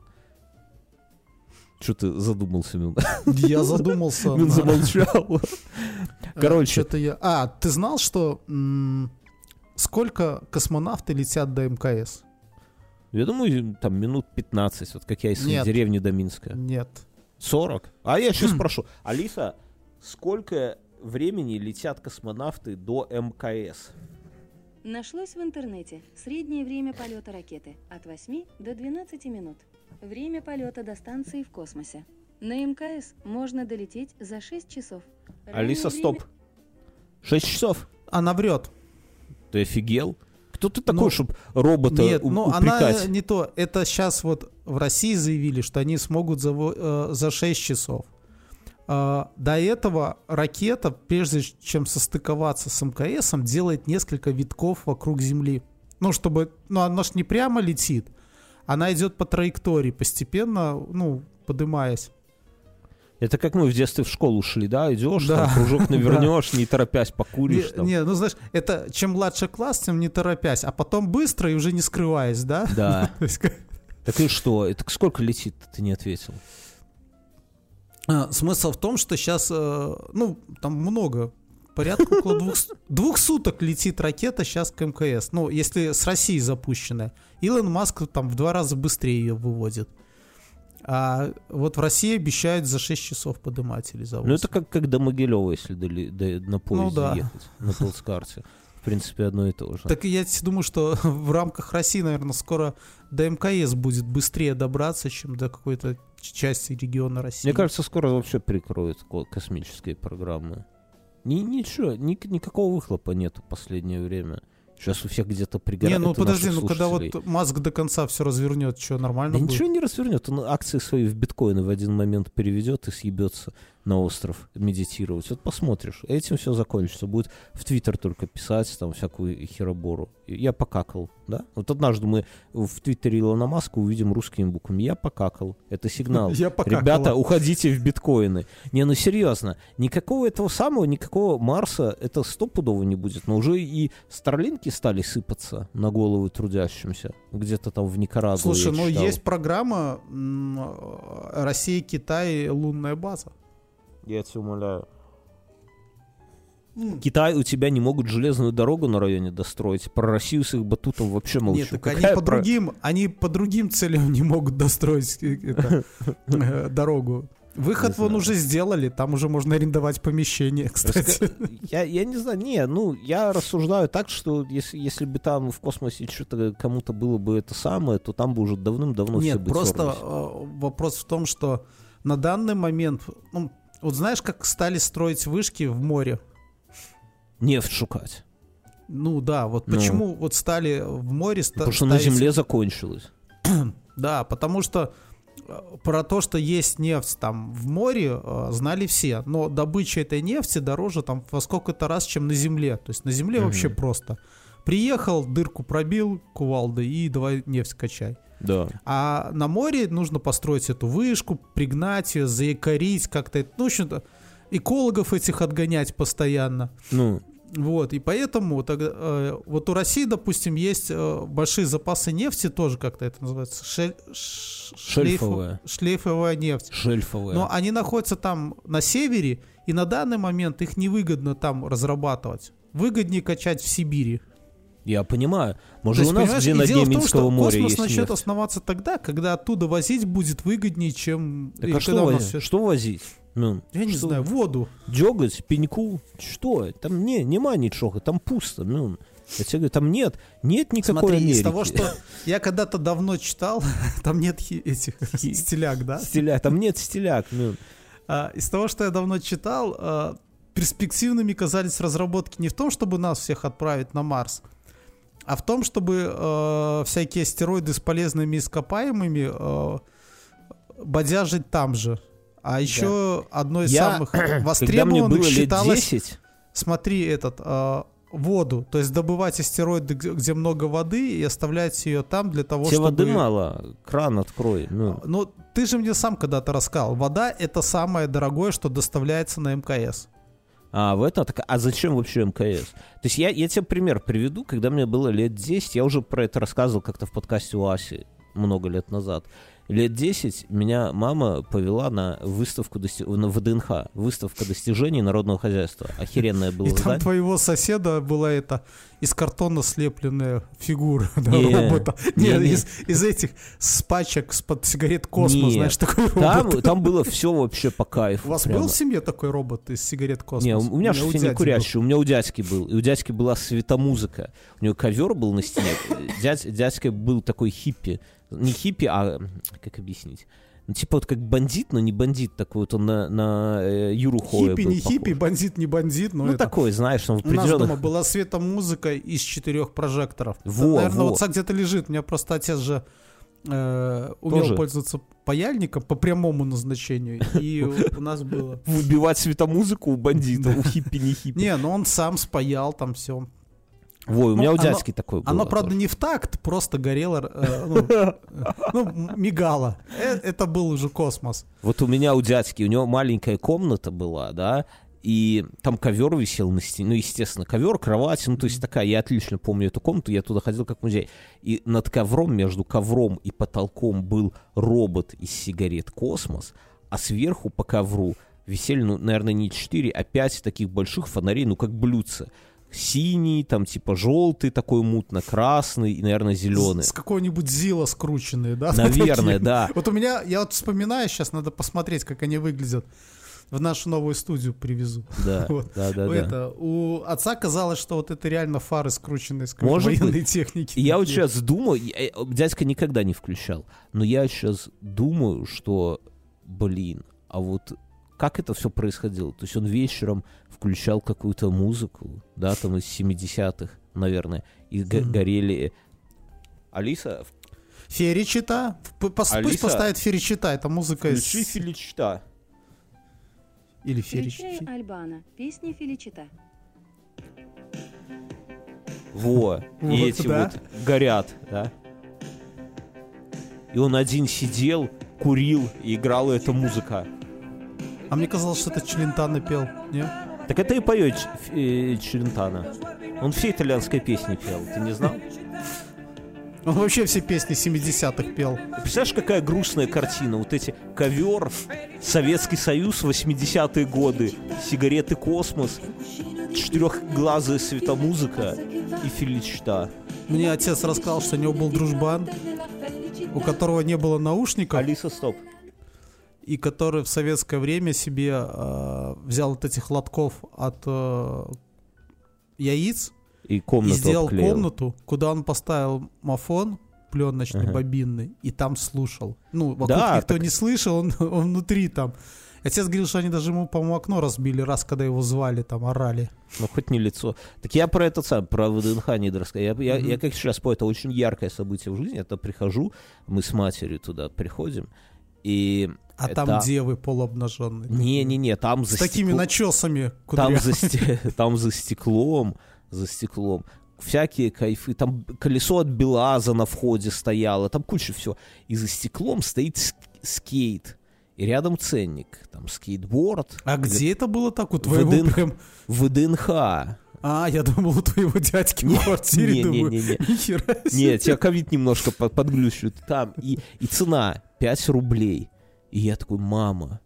Что ты задумался, Мин? Я задумался. Мин замолчал. Короче. Что-то я... А, ты знал, что м- сколько космонавты летят до МКС? Я думаю, там минут пятнадцать, вот как я из своей Нет. деревни до Минска. Нет. сорок? А я сейчас спрошу. Алиса, сколько времени летят космонавты до МКС? Нашлось в интернете среднее время полета ракеты от восьми до двенадцати минут. Время полета до станции в космосе. На МКС можно долететь за шесть часов. Раннее Алиса, время... стоп. шесть часов? Она врет. Ты офигел? Кто ты такой, Ну, чтобы робота Нет, у- ну упрекать? она не то. Это сейчас вот в России заявили, что они смогут за, во- э, за шесть часов. А, до этого ракета, прежде чем состыковаться с МКСом, делает несколько витков вокруг Земли. Ну, чтобы... Ну, она ж не прямо летит. Она идет по траектории, постепенно, ну, подымаясь. Это как мы в детстве в школу шли, да? Идешь, Да. там, кружок навернешь, не торопясь, покуришь. Не, там. не, ну знаешь, это чем младше класс, тем не торопясь, а потом быстро и уже не скрываясь, да? Да. То есть, как- Так и что? Это сколько летит, ты не ответил? А, смысл в том, что сейчас, ну, там много, порядка около двух, с- двух суток летит ракета сейчас к МКС. Ну, если с России запущенная. Илон Маск там в два раза быстрее ее выводит. А вот в России обещают за шесть часов подымать или за восемь. Ну, это как, как до Могилева, если доли- до- на поезде да. ехать, на плацкарте. В принципе, одно и то же. Так и я думаю, что в рамках России, наверное, скоро до МКС будет быстрее добраться, чем до какой-то ч- части региона России. Мне кажется, скоро вообще прикроют ко- космические программы. Ни, ничего, ни, никакого выхлопа нету в последнее время. Сейчас у всех где-то Не, пригорает. ну у подожди, наших ну когда слушателей. вот Маск до конца все развернет, что нормально Да будет? ничего не развернет, он акции свои в биткоины в один момент переведет и съебется на остров медитировать. Вот посмотришь, этим все закончится. Будет в Твиттер только писать там всякую херобору. Я покакал, да? Вот однажды мы в Твиттере Илона Маска увидим русскими буквами. Я покакал. Это сигнал. Я покакала. Ребята, уходите в биткоины. Не, ну серьезно, никакого этого самого, никакого Марса это стопудово не будет. Но уже и Старлинки стали сыпаться на головы трудящимся. Где-то там в Никарагуа. Слушай, ну читал. есть программа м, Россия, Китай, лунная база. Я тебя умоляю. Китай, у тебя не могут железную дорогу на районе достроить. Про Россию с их батутом вообще молчу. Нет, так Какая они по про- другим, они по другим целям не могут достроить э, это, э, дорогу. Выход Не вон знаю. уже сделали, там уже можно арендовать помещение, кстати. Раска- Я, я не знаю, не, ну, я рассуждаю так, что если, если бы там в космосе что-то кому-то было бы это самое, то там бы уже давным-давно все Нет, бы просто терлись. э, вопрос в том, что на данный момент, ну, вот знаешь, как стали строить вышки в море? Нефть шукать. Ну да, вот Ну. почему вот стали в море ста- Потому что на ставить- Земле закончилось. Да, потому что э, про то, что есть нефть там в море, э, знали все. Но добыча этой нефти дороже там во сколько-то раз, чем на земле. То есть на земле Мгм. вообще просто. Приехал, дырку пробил кувалдой и давай нефть качай. Да. А на море нужно построить эту вышку, пригнать ее, заякорить как-то. это- Ну, в общем-то, экологов этих отгонять постоянно. Ну, Вот, и поэтому тогда, э, вот у России, допустим, есть э, большие запасы нефти, тоже как-то это называется, шель- ш- Шельфовая. шлейф- шлейфовая нефть. шельфовая. Но они находятся там на севере, и на данный момент их невыгодно там разрабатывать. Выгоднее качать в Сибири. Я понимаю. То Может, есть, у нас понимаешь, где и на дело дне в том, Минского что моря космос есть начнет нефть. основаться тогда, когда оттуда возить будет выгоднее, чем... Так и а когда что, у нас возить? всё- что возить? Ну, Я не что? знаю, воду. Дёготь, пеньку, что? Там не, нема ничего, там пусто. Ну, я тебе говорю, там нет, нет никакой Смотри, Америки. из того, что я когда-то давно читал, там нет хи- этих стиляк, да? Стиля, там нет стиляк. Ну. А, из того, что я давно читал, а, перспективными казались разработки не в том, чтобы нас всех отправить на Марс, а в том, чтобы э, всякие астероиды с полезными ископаемыми э, бодяжить там же. А еще одно из Я, самых Когда мне востребованных было лет считалось, десять, смотри, этот, э, воду. То есть добывать астероиды, где, где много воды, и оставлять ее там для того, тебе чтобы... воды мало, кран открой. Ну. Ну, ты же мне сам когда-то рассказал. Вода — это самое дорогое, что доставляется на МКС. А, в этом? Так, а зачем вообще МКС? То есть я, я тебе пример приведу. Когда мне было лет десять, я уже про это рассказывал как-то в подкасте у Аси много лет назад. Лет десять меня мама повела на выставку, дости... на ВДНХ, выставка достижений народного хозяйства. Охеренное было И там здание. твоего соседа была эта из картона слепленная фигура да, Не, робота. не, Нет, не. Из, из этих с пачек с-под сигарет Космос, Нет. знаешь, такой Там, робот. там было все вообще по кайфу. У вас прямо. был в семье такой робот из сигарет Космос? Не, у меня же все не дяди курящий, у меня у дядьки был. И у дядьки была светомузыка. У него ковер был на стене. Дядь, дядька был такой хиппи. Не хиппи, а как объяснить? Ну, типа вот как бандит, но не бандит. Такой вот он на, на э, Юру был. Хоя Хиппи, был не похож. хиппи, бандит, не бандит. Но Ну это... такой, знаешь, он в У нас дома определенных... была светомузыка из четырех прожекторов. Во, Наверное, во. вот так где-то лежит. У меня просто отец же э, умел Тоже? пользоваться паяльником по прямому назначению. И у нас было... Выбивать светомузыку у бандита, у хиппи не хиппи. Не, ну он сам спаял там все. Ой, у меня Ну, у оно- дядьки такой был. Оно, правда, не в такт, просто горело, э, ну, э, ну, м- мигало. Э, Это был уже космос. Вот у меня у дядьки, у него маленькая комната была, да, и там ковер висел на стене, ну, естественно, ковер, кровать, ну, то есть такая, я отлично помню эту комнату, я туда ходил как в музей. И над ковром, между ковром и потолком был робот из сигарет «Космос», а сверху по ковру висели, ну, наверное, не четыре, а пять таких больших фонарей, ну, как блюдца. Синий, там, типа, желтый такой мутно-красный и, наверное, зеленый. С, с какого-нибудь Зила скрученные, да? Наверное, Такие. да. Вот у меня, я вот вспоминаю, сейчас надо посмотреть, как они выглядят. В нашу новую студию привезу. Да, Вот. да, да, да. Это, у отца казалось, что вот это реально фары, скрученные с какой-то Может военной быть. техники. И я вот Такие. сейчас думаю, я- э, дядька никогда не включал, но я сейчас думаю, что, блин, а вот как это все происходило? То есть он вечером включал какую-то музыку, да, там из семидесятых, наверное, и г- Мгм. горели... Алиса, Феричита. П- пос- Алиса, Пусть поставит Феричита. Это музыка из... включи Филичта. Или Встречай Феричита. Альбана. Песня Феличита. Во, и Вот, эти да. вот горят, да. И он один сидел, курил, и играла эта музыка. А мне казалось, что это Челентано пел. Не? Так это и поет Ч- э, Челентано. Он все итальянские песни пел, ты не знал? Он вообще все песни семидесятых пел. Ты представляешь, какая грустная картина? Вот эти ковер, Советский Союз, восьмидесятые годы, сигареты «Космос», четырехглазая светомузыка и филичта. Мне отец рассказал, что у него был дружбан, у которого не было наушников. Алиса, стоп. И который в советское время себе э, взял вот этих лотков от э, яиц И комнату и сделал обклеил. комнату, куда он поставил мафон пленочный, Ага. бобинный, и там слушал. Ну, вокруг Да, никто так- не слышал, он, он внутри там. Отец говорил, что они даже ему, по-моему, окно разбили раз, когда его звали, там, орали. Ну, хоть не лицо. Так я про это сам, про ВДНХ не рассказал. Я, я, Мгм. я как сейчас по это очень яркое событие в жизни. Это прихожу, мы с матерью туда приходим, и... А это- там девы полуобнаженные. Не-не-не, там С за такими стекло- начесами там кудрявыми. за, сте- там за стеклом, за стеклом всякие кайфы. Там колесо от БелАЗа на входе стояло, там куча всего. И за стеклом стоит ск- скейт. И рядом ценник. Там скейтборд. А где это было так? У твоего ВДНХ. прям... ВДНХ. А, я думал, у твоего дядьки в квартире, не, думаю, не, не, не. нихера себе. Нет, тебя ковид немножко под- подглючивает. Там. И, и цена пять рублей. И я такой: мама,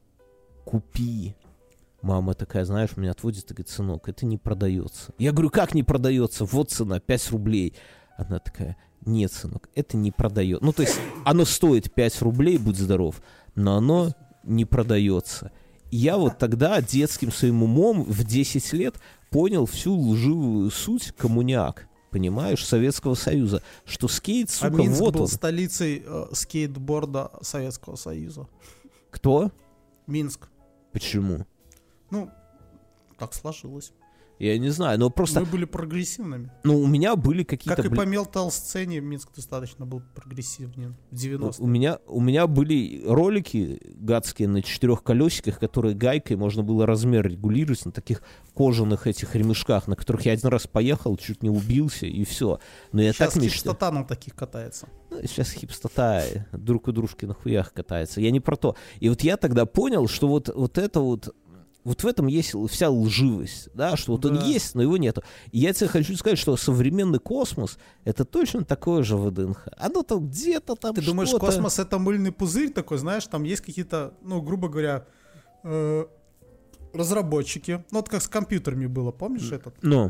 купи. Мама такая, знаешь, меня отводит и говорит: сынок, это не продается. Я говорю: как не продается? Вот цена, пять рублей. Она такая: нет, сынок, это не продается. Ну, то есть оно стоит пять рублей, будь здоров, но оно не продается. И я вот тогда детским своим умом в десять лет понял всю лживую суть коммуняк, понимаешь, Советского Союза. Что скейт, А сука, Минск вот был он. столицей э, скейтборда Советского Союза. Кто? Минск. Почему? Ну, так сложилось. Я не знаю, но просто, Мы были прогрессивными. ну, у меня были какие-то... Как и бли- по мелтал-сцене, Минск достаточно был прогрессивнее в У девяностых. меня, у меня были ролики гадские на четырех колесиках, которые гайкой можно было размер регулировать на таких кожаных этих ремешках, на которых я один раз поехал, чуть не убился, и все. Но я Сейчас так мечтал. хипстота на таких катается. Ну, сейчас хипстота друг у дружки на хуях катается. Я не про то. И вот я тогда понял, что вот, вот это вот... Вот в этом есть вся лживость, да, что вот Да. он есть, но его нету. И я тебе хочу сказать, что современный космос — это точно такое же ВДНХ. Оно там где-то там Ты думаешь, что-то... космос — это мыльный пузырь такой, знаешь, там есть какие-то, ну, грубо говоря, э, разработчики. Ну, вот как с компьютерами было, помнишь этот? Ну,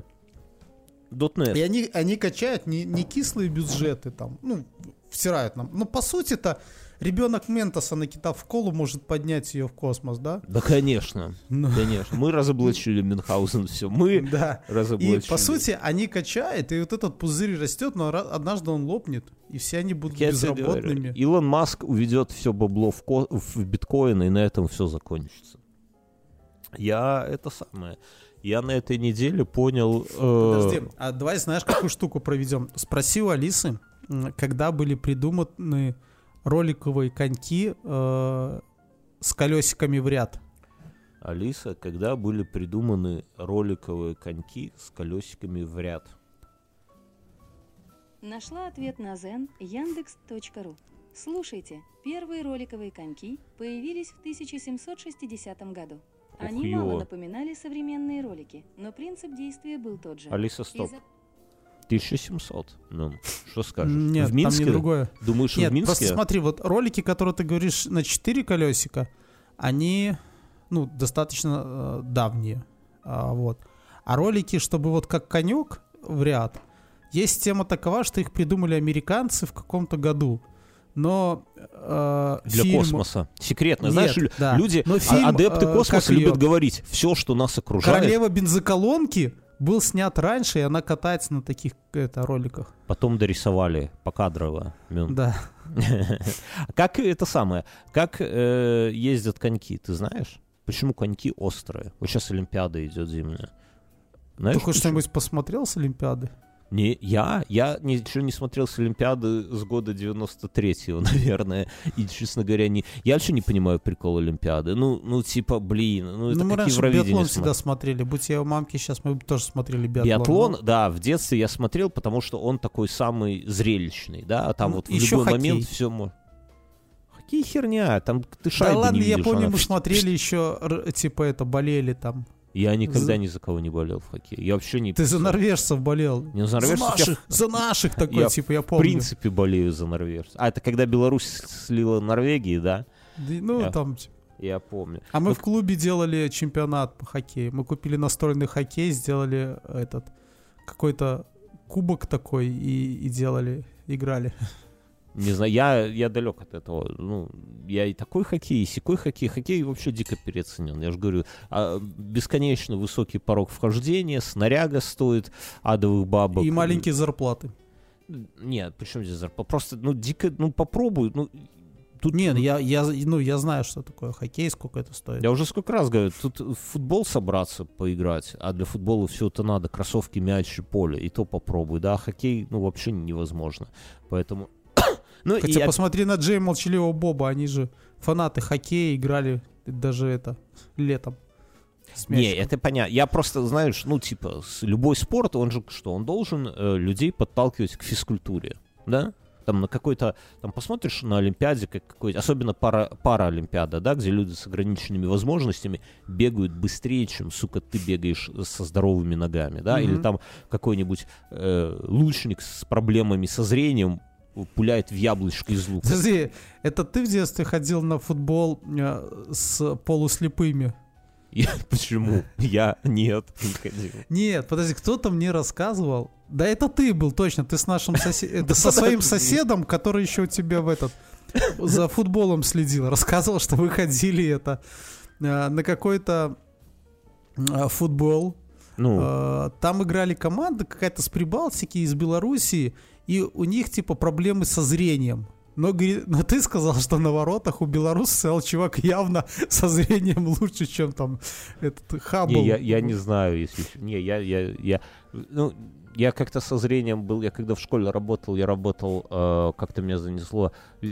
.нет. И они, они качают не, не кислые бюджеты там, ну, втирают нам. Ну, по сути-то, ребенок Ментоса, накидав в колу, может поднять ее в космос, да? Да, конечно, Ну. конечно. Мы разоблачили Мюнхгаузен, все. Мы Да. И, разоблачили. по сути, они качают, и вот этот пузырь растет, но ра- однажды он лопнет, и все они будут Я тебе говорю, безработными. Илон Маск уведет все бабло в, ко- в биткоин, и на этом все закончится. Я это самое. Я на этой неделе понял... э, Подожди, а давай знаешь, какую штуку проведем? Спроси у Алисы, м, когда были придуманы роликовые коньки э, с колесиками в ряд. Алиса, когда были придуманы роликовые коньки с колесиками в ряд? Нашла ответ на зен яндекс точка ру. Слушайте, первые роликовые коньки появились в тысяча семьсот шестидесятом году. Они Ух, мало ё. напоминали современные ролики, но принцип действия был тот же. Алиса, стоп. Из-за- тысяча семьсот. Ну, что скажешь? Нет, в Минске? там не другое. Думаешь, Нет, в Минске? просто смотри, вот ролики, которые ты говоришь на четыре колесика, они, ну, достаточно э, давние. А, вот. А ролики, чтобы вот как конек в ряд, есть тема такова, что их придумали американцы в каком-то году. Но э, Для фильм- космоса. Секретно. Нет, Знаешь, лю- да. люди, Но а- фильм, адепты э, космоса как её? любят говорить, все, что нас окружает, «Королева бензоколонки» был снят раньше, и она катается на таких это, роликах. потом дорисовали покадрово. Мюн. Да. А Как это самое? Как э, ездят коньки, ты знаешь? Почему коньки острые? Вот сейчас Олимпиада идет зимняя. Знаешь, Ты хоть почему? что-нибудь посмотрел с Олимпиады? Не, я? Я ничего не смотрел с Олимпиады с года девяносто третьего, наверное. И, честно говоря, не... Я вообще не понимаю прикол Олимпиады. Ну, ну типа, блин, ну это Ну, мы как раньше Евровидение биатлон смотреть. всегда смотрели. Будь я у мамки, сейчас мы бы тоже смотрели биатлон. Биатлон, но- да, в детстве я смотрел, потому что он такой самый зрелищный, да, а там Ну, вот в еще любой хоккей. момент все можно. Хоккей херня, там ты шайбы Да ладно, не я видишь. помню, она мы пш- смотрели еще, р- типа это, болели там. Я никогда За- ни за кого не болел в хоккее. Я вообще не... Ты за норвежцев болел. Не за За норвежцев, я наших, за наших такой, я типа, я в помню. принципе болею за норвежцев. А, это когда Беларусь слила Норвегии, да? Да, ну, Я- там... типа. Я помню. А мы Ну, в клубе делали чемпионат по хоккею. Мы купили настольный хоккей, сделали этот какой-то кубок такой и, и делали, играли. Не знаю, я, я далек от этого. Ну, я и такой хоккей, и сякой хоккей. Хоккей вообще дико переоценен. Я же говорю, а, бесконечно высокий порог вхождения, снаряга стоит адовых бабок. И маленькие зарплаты. Нет, причем здесь зарплата? Просто, ну, дико, ну, попробуй. Ну, тут, Нет, я, я, ну, я знаю, что такое хоккей, сколько это стоит. я уже сколько раз говорю, тут в футбол собраться, поиграть, а для футбола все это надо, кроссовки, мяч и поле, и то попробуй, да, а хоккей, ну, вообще невозможно. Поэтому... Ну, Хотя я... посмотри на Джей Молчаливого Боба, они же фанаты хоккея, играли даже это летом. с Не, мячиком. это понятно. Я просто, знаешь, ну, типа, с- любой спорт, он же что? Он должен э, людей подталкивать к физкультуре, да? Там на какой-то, там посмотришь на Олимпиаде, как какой-то, особенно пара, параолимпиада, да, где люди с ограниченными возможностями бегают быстрее, чем, сука, ты бегаешь со здоровыми ногами, да, Мгм. или там какой-нибудь э, лучник с проблемами со зрением пуляет в яблочко из лука. Подожди, это ты в детстве ходил на футбол э, с полуслепыми? Я- Почему? Я нет, не ходил. Нет, подожди, кто-то мне рассказывал. Да это ты был, точно, ты с нашим соседом, со своим соседом, который еще у тебя в этот, за футболом следил, рассказывал, что вы ходили это э, на какой-то э, футбол. Ну, Э, Там играли команда какая-то с Прибалтики, из Белоруссии, и у них типа проблемы со зрением. Но, говори- но ты сказал, что на воротах у белоруса стоял чувак явно со зрением лучше, чем там этот Хаббл. не, я, я не знаю, если... Не, я, я, я, ну, я как-то со зрением был, я когда в школе работал, я работал, э, как-то меня занесло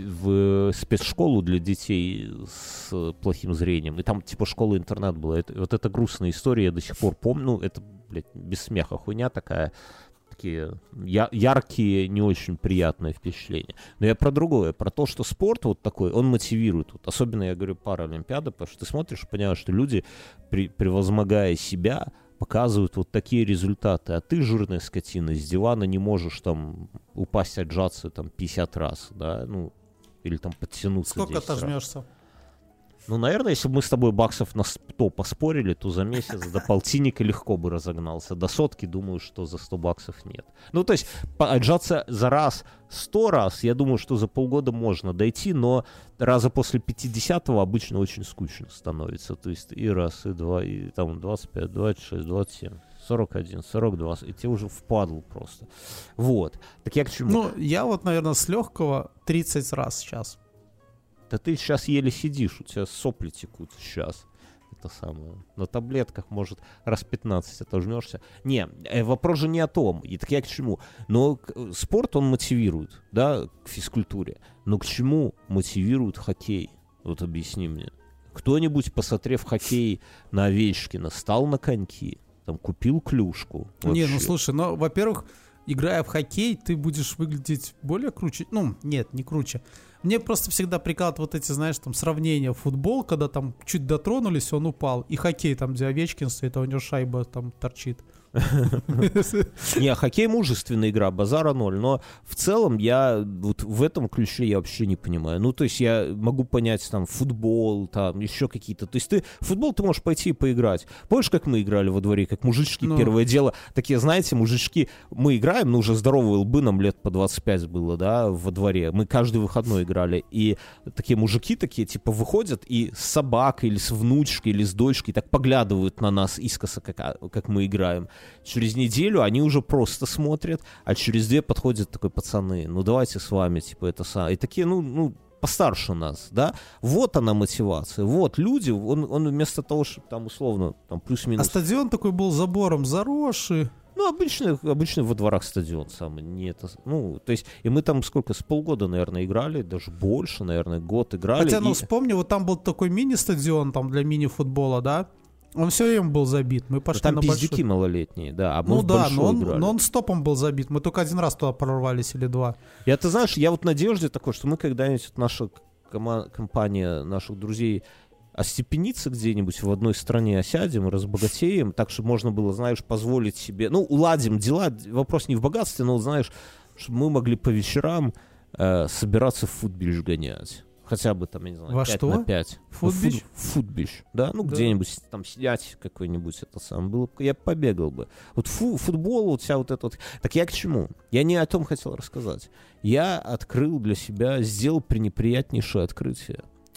в спецшколу для детей с плохим зрением, и там типа школа-интернат была. Это, вот это грустная история, я до сих пор помню, ну, это, блядь, без смеха хуйня такая, такие я, яркие, не очень приятные впечатления. Но я про другое, про то, что спорт вот такой, он мотивирует. Вот, особенно, я говорю, паралимпиада, потому что ты смотришь и понимаешь, что люди, при, превозмогая себя, показывают вот такие результаты, а ты, жирная скотина, с дивана не можешь там упасть, отжаться там пятьдесят раз, да, ну, или там подтянуться Сколько десять раз. отожмешься? Ну, наверное, если бы мы с тобой баксов на сто поспорили, то за месяц до полтинника легко бы разогнался. До сотки, думаю, что за сто баксов нет. Ну, то есть, по- отжаться за раз сто раз, я думаю, что за полгода можно дойти, но раза после пятидесятого обычно очень скучно становится. То есть и раз, и два, и там двадцать пять, двадцать шесть, двадцать семь, сорок один, сорок два, и тебе уже впадло просто. Вот. Так я к чему? Ну, я вот, наверное, с легкого тридцать раз сейчас. Да ты сейчас еле сидишь, у тебя сопли текут сейчас. Это самое. На таблетках, может, раз пятнадцать отожмешься. Не, э, вопрос же не о том. И так я к чему? Но к- э, спорт, он мотивирует, да, к физкультуре. Но к чему мотивирует хоккей? Вот объясни мне. Кто-нибудь, посмотрев хоккей на Овечкина, стал на коньки, там, купил клюшку? Не, ну Вообще. слушай, ну, во-первых, играя в хоккей, ты будешь выглядеть более круче. Ну, нет, не круче. Мне просто всегда прикалывают вот эти, знаешь, там сравнения. Футбол, когда там чуть дотронулись, он упал. И хоккей, там, где Овечкин стоит, а у него шайба там торчит. Не, хоккей мужественная игра, базара ноль, но в целом я вот в этом ключе я вообще не понимаю. Ну, то есть я могу понять там футбол, там еще какие-то. То есть ты футбол ты можешь пойти и поиграть. Помнишь, как мы играли во дворе, как мужички, Ну. первое дело, такие, знаете, мужички, мы играем, ну, уже здоровые лбы, нам лет по двадцать пять было, да, во дворе. Мы каждый выходной играли, и такие мужики такие, типа, выходят и с собакой или с внучкой или с дочкой так поглядывают на нас искоса, как, как мы играем. Через неделю они уже просто смотрят, а через две подходят такой, пацаны, ну давайте с вами, типа, это самое. И такие, ну, ну, постарше нас, да, вот она мотивация, вот люди, он, он вместо того, чтобы там условно, там А плюс-минус, стадион такой был забором заросший. ну, обычный, обычный во дворах стадион самый, не это, ну, то есть, и мы там сколько, с полгода, наверное, играли, даже больше, наверное, год играли. Хотя, ну, и- вспомни, вот там был такой мини-стадион там для мини-футбола, да? Он все время был забит. Мы Ну, пошли там на пиздюки большой. малолетние, да, а мы Ну в да, большой но он, играли. но он стопом был забит. Мы только один раз туда прорвались или два. Я, ты знаешь, я вот в надежде такой, что мы когда-нибудь, вот наша кома- компания наших друзей остепениться где-нибудь в одной стране, осядем, разбогатеем, так, чтобы можно было, знаешь, позволить себе, ну, уладим дела, вопрос не в богатстве, но, знаешь, чтобы мы могли по вечерам э, собираться в футбиш гонять. Хотя бы там, я не знаю, Во пять что? на пять. Футбиш? Фут, футбиш, да, ну, Да. где-нибудь там сидять какой-нибудь, это сам было, я побегал бы. Вот фу, футбол, вот вся вот эта вот. Так я к чему? Я не о том хотел рассказать. Я открыл для себя, сделал пренеприятнейшее открытие.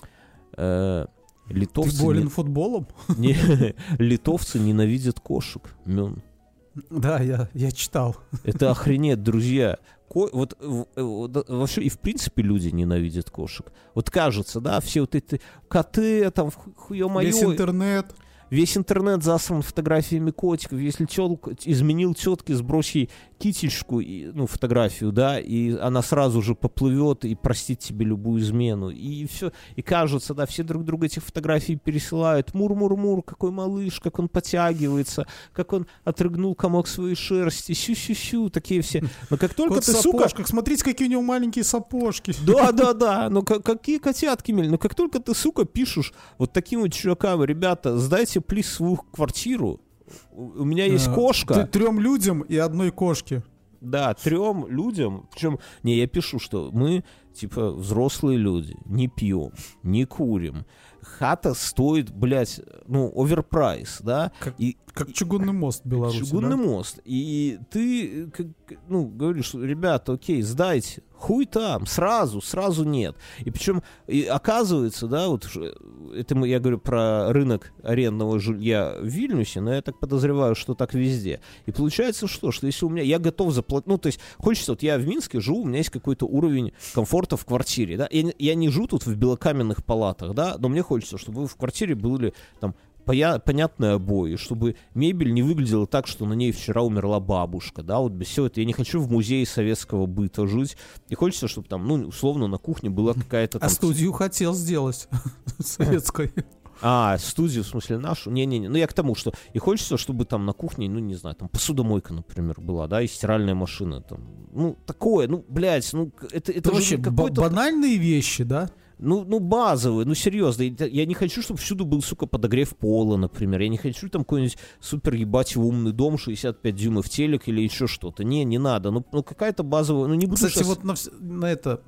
Э, Литовцы Ты болен не- футболом? не, литовцы ненавидят кошек, Мён. Да, я, я читал. Это охренеть, друзья. Ко- вот, в- э, вот, вообще и в принципе люди ненавидят кошек. Вот кажется, да, все вот эти коты, там, хуё-моё, Весь интернет. весь интернет засран фотографиями котиков. Если тёлка изменил тетке, сбрось ей кительшку, и, ну, фотографию, да, и она сразу же поплывет и простит тебе любую измену. И все. И кажется, да, все друг друга этих фотографий пересылают. Мур-мур-мур, какой малыш, как он потягивается, как он отрыгнул комок своей шерсти, сю-сю-сю, такие все. Но как только Кот в ты, сука... сапожках. Смотрите, какие у него маленькие сапожки. Да, да, да, ну как, какие котятки мили, но как только ты, сука, пишешь вот таким вот чувакам, ребята, сдайте, плиз, свою квартиру, у, у меня есть А, кошка, т- Трем людям и одной кошке. да, трем людям, причем, не, я пишу, что мы, типа, взрослые люди, не пьем, не курим, хата стоит, блядь, ну, оверпрайс, да, Как, и как чугунный мост в Беларуси. чугунный да? мост. И ты, как, ну, говоришь, ребята, окей, сдайте. Хуй там, сразу, сразу нет. И причем, и оказывается, да, вот ш- это мы, я говорю про рынок арендного жилья в Вильнюсе, но я так подозреваю, что так везде. И получается что? Что если у меня, я готов заплатить, ну, то есть, хочется, вот я в Минске живу, у меня есть какой-то уровень комфорта в квартире, да, я, не- я не живу тут в белокаменных палатах, да, но мне хочется, чтобы в квартире были там поя- понятные обои, чтобы мебель не выглядела так, что на ней вчера умерла бабушка, да, вот без всего этого. Я не хочу в музее советского быта жить, и хочется, чтобы там, ну, условно, на кухне была какая-то там... А студию хотел сделать советской. А, студию, в смысле, нашу? Не-не-не, ну я к тому, что... И хочется, чтобы там на кухне, ну, не знаю, там посудомойка, например, была, да, и стиральная машина, там, ну, такое, ну, блядь, ну, это, это Это же вообще не ба- какой-то... банальные вещи, да? Ну, ну, базовые, ну, серьезно. Я я не хочу, чтобы всюду был, сука, подогрев пола, например. Я не хочу там какой-нибудь супер ебать его умный дом, шестьдесят пять дюймов телек или еще что-то. Не, не надо. Ну, ну какая-то базовая... Ну, не буду Кстати, щас- вот на, вс- на это...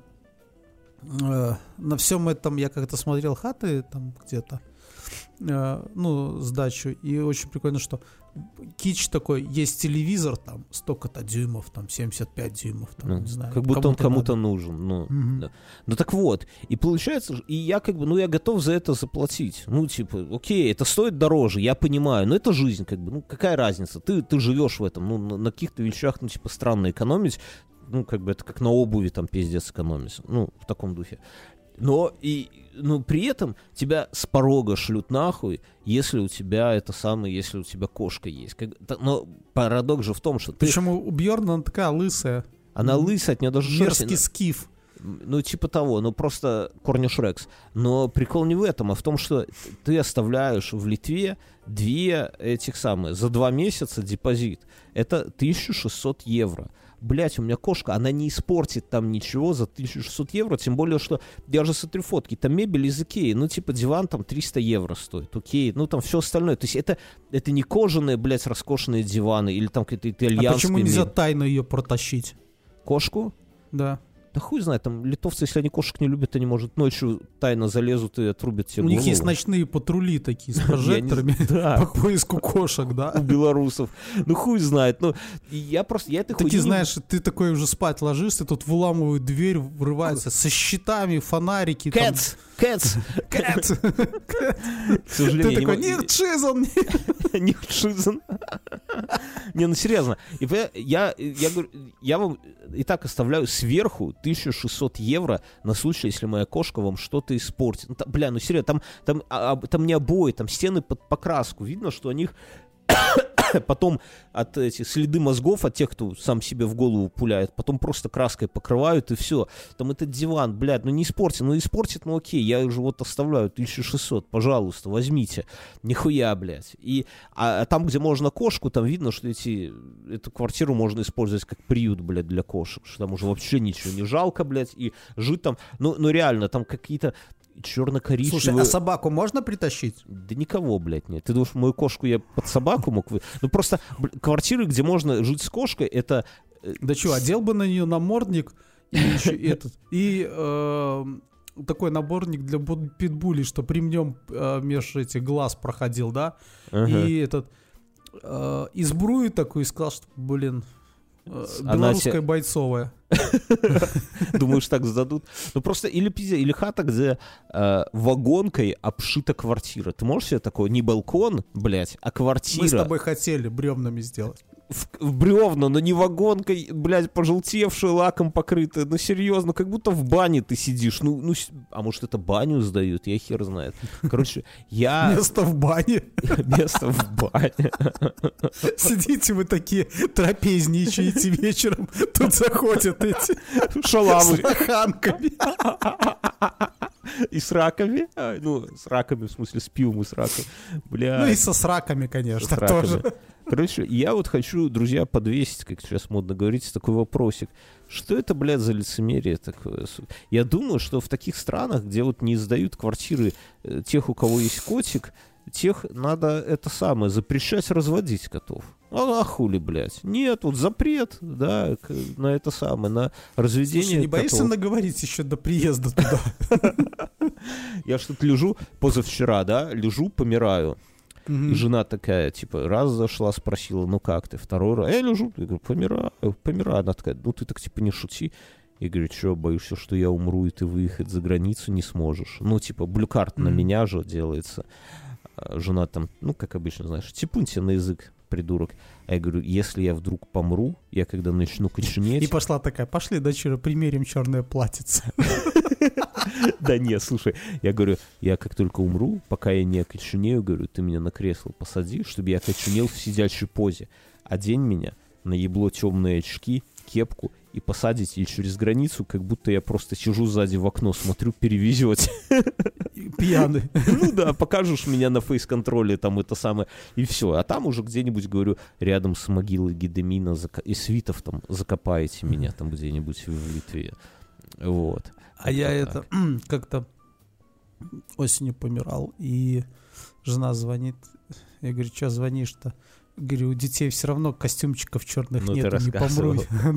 э, на всем этом я как-то смотрел хаты там где-то. э, ну, сдачу. И очень прикольно, что кич такой, есть телевизор, там, столько-то дюймов, там, семьдесят пять дюймов, там, Ну, не знаю. как будто он кому-то надо. нужен. Ну, Мгм. да. Ну так вот, и получается, ж- и я как бы, ну я готов за это заплатить. Ну типа, окей, это стоит дороже, я понимаю, но это жизнь, как бы, ну какая разница? Ты, ты живешь в этом, ну на, на каких-то вещах, ну типа странно экономить, ну как бы это как на обуви там пиздец экономить, ну в таком духе. Но и, ну, при этом тебя с порога шлют нахуй, если у тебя это самое, если у тебя кошка есть. Как- та- но парадокс же в том, что ты, Причем у Бьерна она такая лысая. она лысая, от нее даже шерсть... Мерзкий скиф. Ну, типа того, ну просто Корниш Рекс. Но прикол не в этом, а в том, что ты оставляешь в Литве две этих самых, за два месяца депозит. Это тысяча шестьсот евро. Блять, у меня кошка, она не испортит там ничего за тысячу шестьсот евро, тем более, что я же смотрю фотки, там мебель из Икеи, ну, типа, диван там триста евро стоит, окей, ну, там все остальное, то есть это, это не кожаные, блядь, роскошные диваны или там какие-то итальянские... А почему нельзя мебель. тайно ее протащить? Кошку? Да. Да хуй знает, там литовцы, если они кошек не любят, они, может, ночью тайно залезут и отрубят тебе У них голову. есть ночные патрули такие с прожекторами Да, по поиску кошек, да? у белорусов. Ну хуй знает. Ну, и я просто, я этой хуйни Такие, не- знаешь, ты такой уже спать ложишься, тут выламывают дверь, врываются со щитами, фонарики. там. Cats! Cats! Кэт! К Ты сожалению, такой, не могу- нет, Чизон! не шизан. Не, ну серьезно. И вы- я, я говорю, я вам и так оставляю сверху тысячу шестьсот евро на случай, если моя кошка вам что-то испортит. Ну, там, бля, ну серьезно, там, там, а, а, там не обои, там стены под покраску. Видно, что у них потом от этих следы мозгов, от тех, кто сам себе в голову пуляет, потом просто краской покрывают и все. Там этот диван, блядь, ну не испортит, ну испортит, ну окей, я уже вот оставляю тысячу шестьсот, пожалуйста, возьмите. Нихуя, блядь. И, а, а там, где можно кошку, там видно, что эти, эту квартиру можно использовать как приют, блядь, для кошек, что там уже вообще ничего не жалко, блядь, и жить там, ну, ну реально, там какие-то черно-коричневую... Слушай, а собаку можно притащить? Да никого, блядь, нет. Ты думаешь, мою кошку я под собаку мог... Вы... Ну просто бля, квартиры, где можно жить с кошкой, это... Да что, одел бы на нее намордник и еще этот... И э, такой наборник для питбулей, что при нем э, меж этих глаз проходил, да? Ага. И этот... Э, и сбрую такую и сказал, что, блин... Она белорусская те... бойцовая. Думаешь, так сдадут? Ну просто или пиздец, или хата, где э, вагонкой обшита квартира. Ты можешь себе такое, не балкон, блядь, а квартира. Мы с тобой хотели бревнами сделать. В, в бревна, но не вагонкой, блядь, пожелтевшая, лаком покрытая. Ну серьезно, как будто в бане ты сидишь. Ну, ну, а может это баню сдают, я хер знает. Короче, я... Место в бане. Место в бане. Сидите вы такие, трапезничаете вечером, тут заходят эти шаламы с лоханками. И с раками. А, ну, с раками, в смысле, с пивом и с раками. Бля. Ну и со сраками, конечно, с тоже. Короче, я вот хочу, друзья, подвесить, как сейчас модно говорить, такой вопросик. Что это, блядь, за лицемерие такое? Я думаю, что в таких странах, где вот не сдают квартиры тех, у кого есть котик, тех надо это самое, запрещать разводить котов. А, а хули, блядь? Нет, вот запрет, да, на это самое, на разведение Слушай, не боишься котов. наговорить еще до приезда туда? Я что-то лежу, позавчера, да, лежу, помираю. И жена такая, типа, раз зашла, спросила, ну как ты? Второй раз, я лежу, я говорю, помираю, помираю. Она такая, ну ты так, типа, не шути. Я говорю, что, боишься, что я умру, и ты выехать за границу не сможешь? Ну, типа, блюкарт на меня же делается. Жена там, ну, как обычно, знаешь, типун тебе на язык, придурок. А я говорю, если я вдруг помру, я когда начну коченеть... И пошла такая, пошли, дочера, примерим черное платьице. Да не, слушай, я говорю, я как только умру, пока я не окоченею, говорю, ты меня на кресло посади, чтобы я окоченел в сидячей позе. Одень меня, наебло темные очки, кепку и посадите и через границу, как будто я просто сижу сзади в окно, смотрю, перевезете. Пьяный. Ну да, покажешь меня на фейс-контроле, там это самое, и все. А там уже где-нибудь, говорю, рядом с могилой Гедемина зак... и свитов там закопаете меня там где-нибудь в Литве. Вот. А я это как-то осенью помирал, и жена звонит. Я говорю, что звонишь-то? Говорю, у детей все равно костюмчиков черных ну, нет, не помру.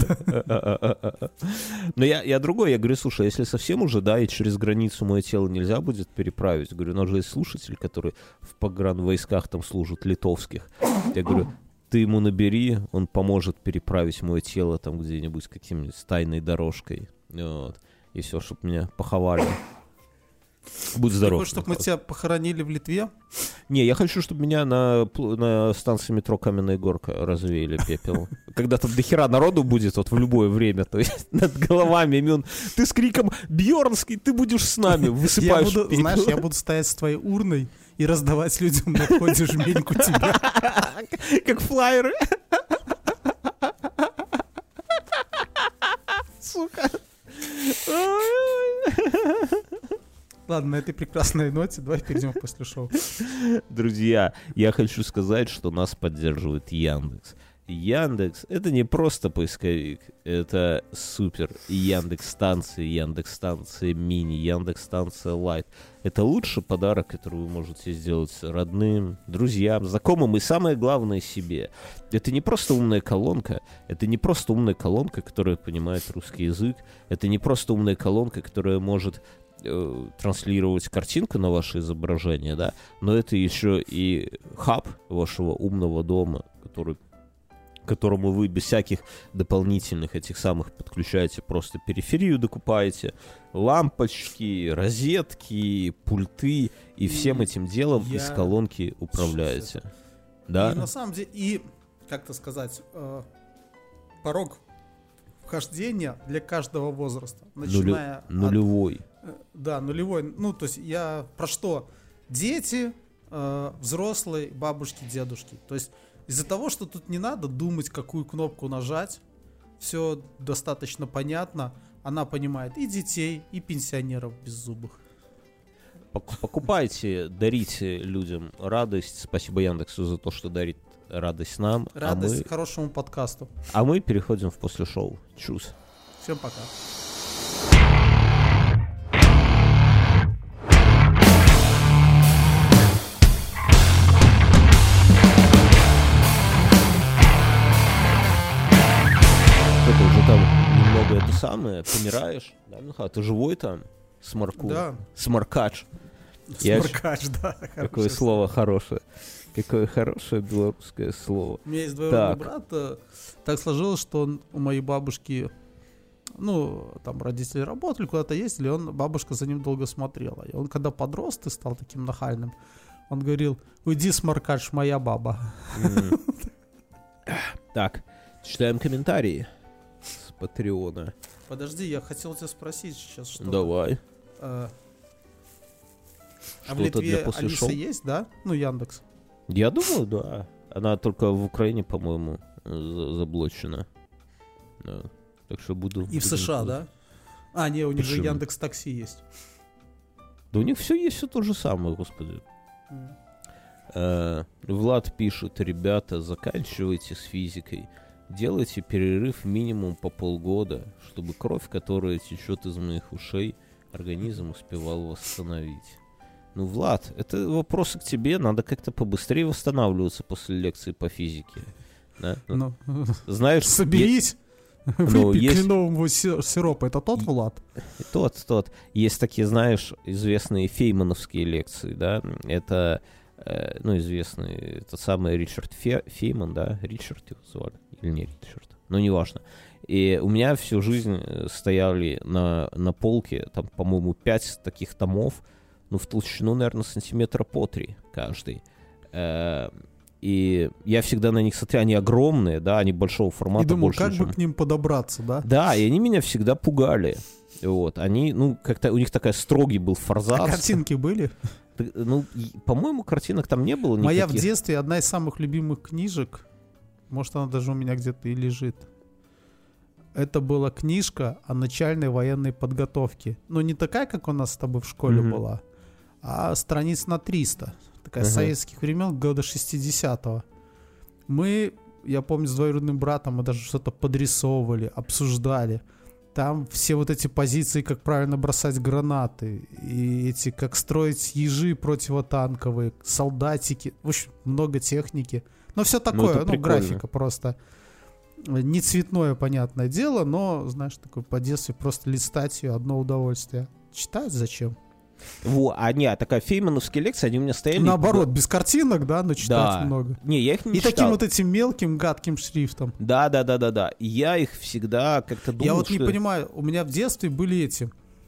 Но я, я другой, я говорю, слушай, если совсем уже, да, и через границу мое тело нельзя будет переправить, говорю, у нас же есть слушатель, который в погранвойсках там служит, литовских. Я говорю, ты ему набери, он поможет переправить мое тело там где-нибудь каким-нибудь тайной дорожкой. Вот. И все, чтобы меня поховали. Будь здоров. Ты хочешь, чтобы мы тебя похоронили в Литве? Не, я хочу, чтобы меня на, на станции метро Каменная Горка развеяли пепел. Когда там дохера народу будет вот в любое время, то есть над головами имен. Ты с криком «Бьернский, ты будешь с нами!» высыпаешь я буду, пепел. Знаешь, я буду стоять с твоей урной и раздавать людям на входе жменьку тебя. Как флайеры. Сука. Ладно, на этой прекрасной ноте давай перейдем после шоу. Друзья, я хочу сказать, что нас поддерживает Яндекс. Яндекс — это не просто поисковик, это супер Яндекс-станции, Яндекс-станция мини, Яндекс-станция лайт. Это лучший подарок, который вы можете сделать родным, друзьям, знакомым и, самое главное, себе. Это не просто умная колонка, это не просто умная колонка, которая понимает русский язык, это не просто умная колонка, которая может э, транслировать картинку на ваше изображение, да, но это еще и хаб вашего умного дома, который к которому вы без всяких дополнительных этих самых подключаете, просто периферию докупаете, лампочки, розетки, пульты, и всем этим делом Я... из колонки управляете. Да? И на самом деле, и, как-то сказать, э, порог вхождения для каждого возраста, начиная Нулю... Нулевой. От, э, да, нулевой. Ну, то есть я про что? Дети, э, взрослые, бабушки, дедушки. То есть из-за того, что тут не надо думать, какую кнопку нажать, все достаточно понятно. Она понимает и детей, и пенсионеров беззубых. Покупайте, дарите людям радость. Спасибо Яндексу за то, что дарит радость нам. Радость а мы... хорошему подкасту. А мы переходим в после шоу. Чус. Всем пока. самое, помираешь, да, Михаил, ты живой там? Сморку. Да. Сморкач. Я ж- Сморкач, да. Какое хорошее слово хорошее. Какое хорошее белорусское слово. У меня есть двоюродный Так. брат. э, Так сложилось, что он у моей бабушки, ну, там родители работали, куда-то ездили, он, бабушка за ним долго смотрела. И он, когда подрос и стал таким нахальным, он говорил: уйди, сморкач, моя баба. М. Так, читаем комментарии с Патреона. Подожди, я хотел тебя спросить сейчас, что... Давай. э, А в Что-то Литве для после Алиса шоу? есть, да? Ну, Яндекс. Я думаю, да. Она только в Украине, по-моему, за- заблочена. Да. Так что буду... И в буду США, да? А, не, у них же Почему? Яндекс Такси есть. Да у них все есть, все то же самое, господи. М. Э, Влад пишет: ребята, заканчивайте с физикой. Делайте перерыв минимум по полгода, чтобы кровь, которая течет из моих ушей, организм успевал восстановить. Ну, Влад, это вопросы к тебе. Надо как-то побыстрее восстанавливаться после лекции по физике. Да? Ну, Знаешь, соберись, Ну, выпей есть- кленового си- сиропа. Это тот Влад? е- тот, тот. Есть такие, знаешь, известные феймановские лекции, да? Это, э, ну, известный, тот самый Ричард Фе- Фейман, да? Ричард его звали? Или не Ричард? Ну, неважно. И у меня всю жизнь э, стояли на, на полке, там, по-моему, пять таких томов, ну, в толщину, наверное, сантиметра по три каждый. Э, И я всегда на них смотрю, они огромные, да, они большого формата. И думаю, больше, как чем- бы к ним подобраться, да? Да, и они меня всегда пугали. Вот, они, ну, как-то у них такая строгий был А форзац. картинки были? Т- Ну, и, по-моему, картинок там не было никаких. Моя в детстве одна из самых любимых книжек, может, она даже у меня где-то и лежит. Это была книжка о начальной военной подготовке. Ну, не такая, как у нас с тобой в школе Мгм. была, а страниц на триста. Такая с Ага. советских времен, года шестидесятого. Мы, я помню, с двоюродным братом мы даже что-то подрисовывали, обсуждали. Там все вот эти позиции, как правильно бросать гранаты, и эти, как строить ежи противотанковые, солдатики, в общем, много техники. Но все такое, это ну, прикольно. графика просто. Не цветное, понятное дело, но, знаешь, такое по детстве просто листать ее одно удовольствие. Читать зачем? Во, а не, такая феймановские лекции, они у меня стояли. Наоборот, без картинок, да, но читать Да. много. Не, я их не И читал. таким вот этим мелким, гадким шрифтом. Да, да, да, да, да. И я их всегда как-то думал, Я вот не что- понимаю, у меня в детстве были эти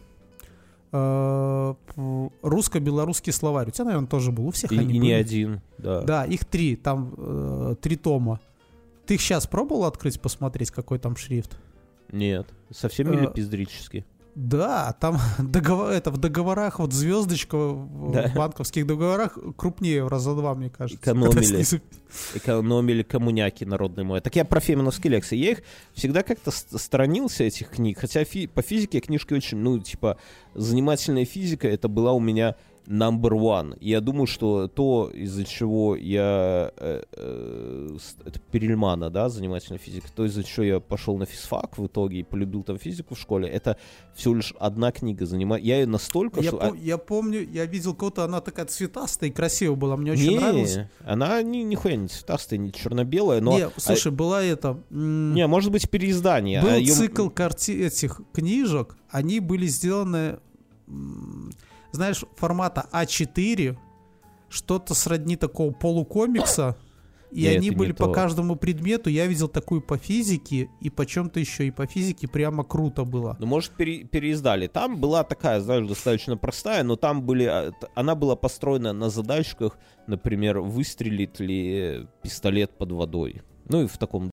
э, п- русско-белорусский словарь. У тебя, наверное, тоже был. У всех И, они и были. не один, да. Да, их три, там э, три тома. Ты их сейчас пробовал открыть, посмотреть, какой там шрифт? Нет, совсем Э, милипиздрически. Да, там договор, это в договорах, вот звездочка в Да. банковских договорах крупнее в раза два, мне кажется. Экономили. Когда снизу- Экономили коммуняки, народный мой. Так я про феймановские лекции. Я их всегда как-то ст- сторонился, этих книг. Хотя фи- по физике книжки очень, ну, типа, занимательная физика, это была у меня number one. И я думаю, что то, из-за чего я... э, э, с- это Перельмана, да, занимательная физика. То, из-за чего я пошел на физфак в итоге и полюбил там физику в школе, это всего лишь одна книга занимает. Я ее настолько... Я, что... пом- я помню, я видел кого-то, она такая цветастая и красивая была, мне очень не, нравилось. она ни, нихуя не цветастая, не черно-белая, но... Не, слушай, была это... м, Не, может быть, переиздание. был а её- цикл карти- этих книжек, они были сделаны, м, знаешь, формата а четыре, что-то сродни такого полукомикса, и Нет, они это не были по то. каждому предмету. Я видел такую по физике, и по чем-то еще, и по физике прямо круто было. Ну, может, пере- переиздали. Там была такая, знаешь, достаточно простая, но там были... а, т- Она была построена на задачках, например, выстрелит ли пистолет под водой. Ну, и в таком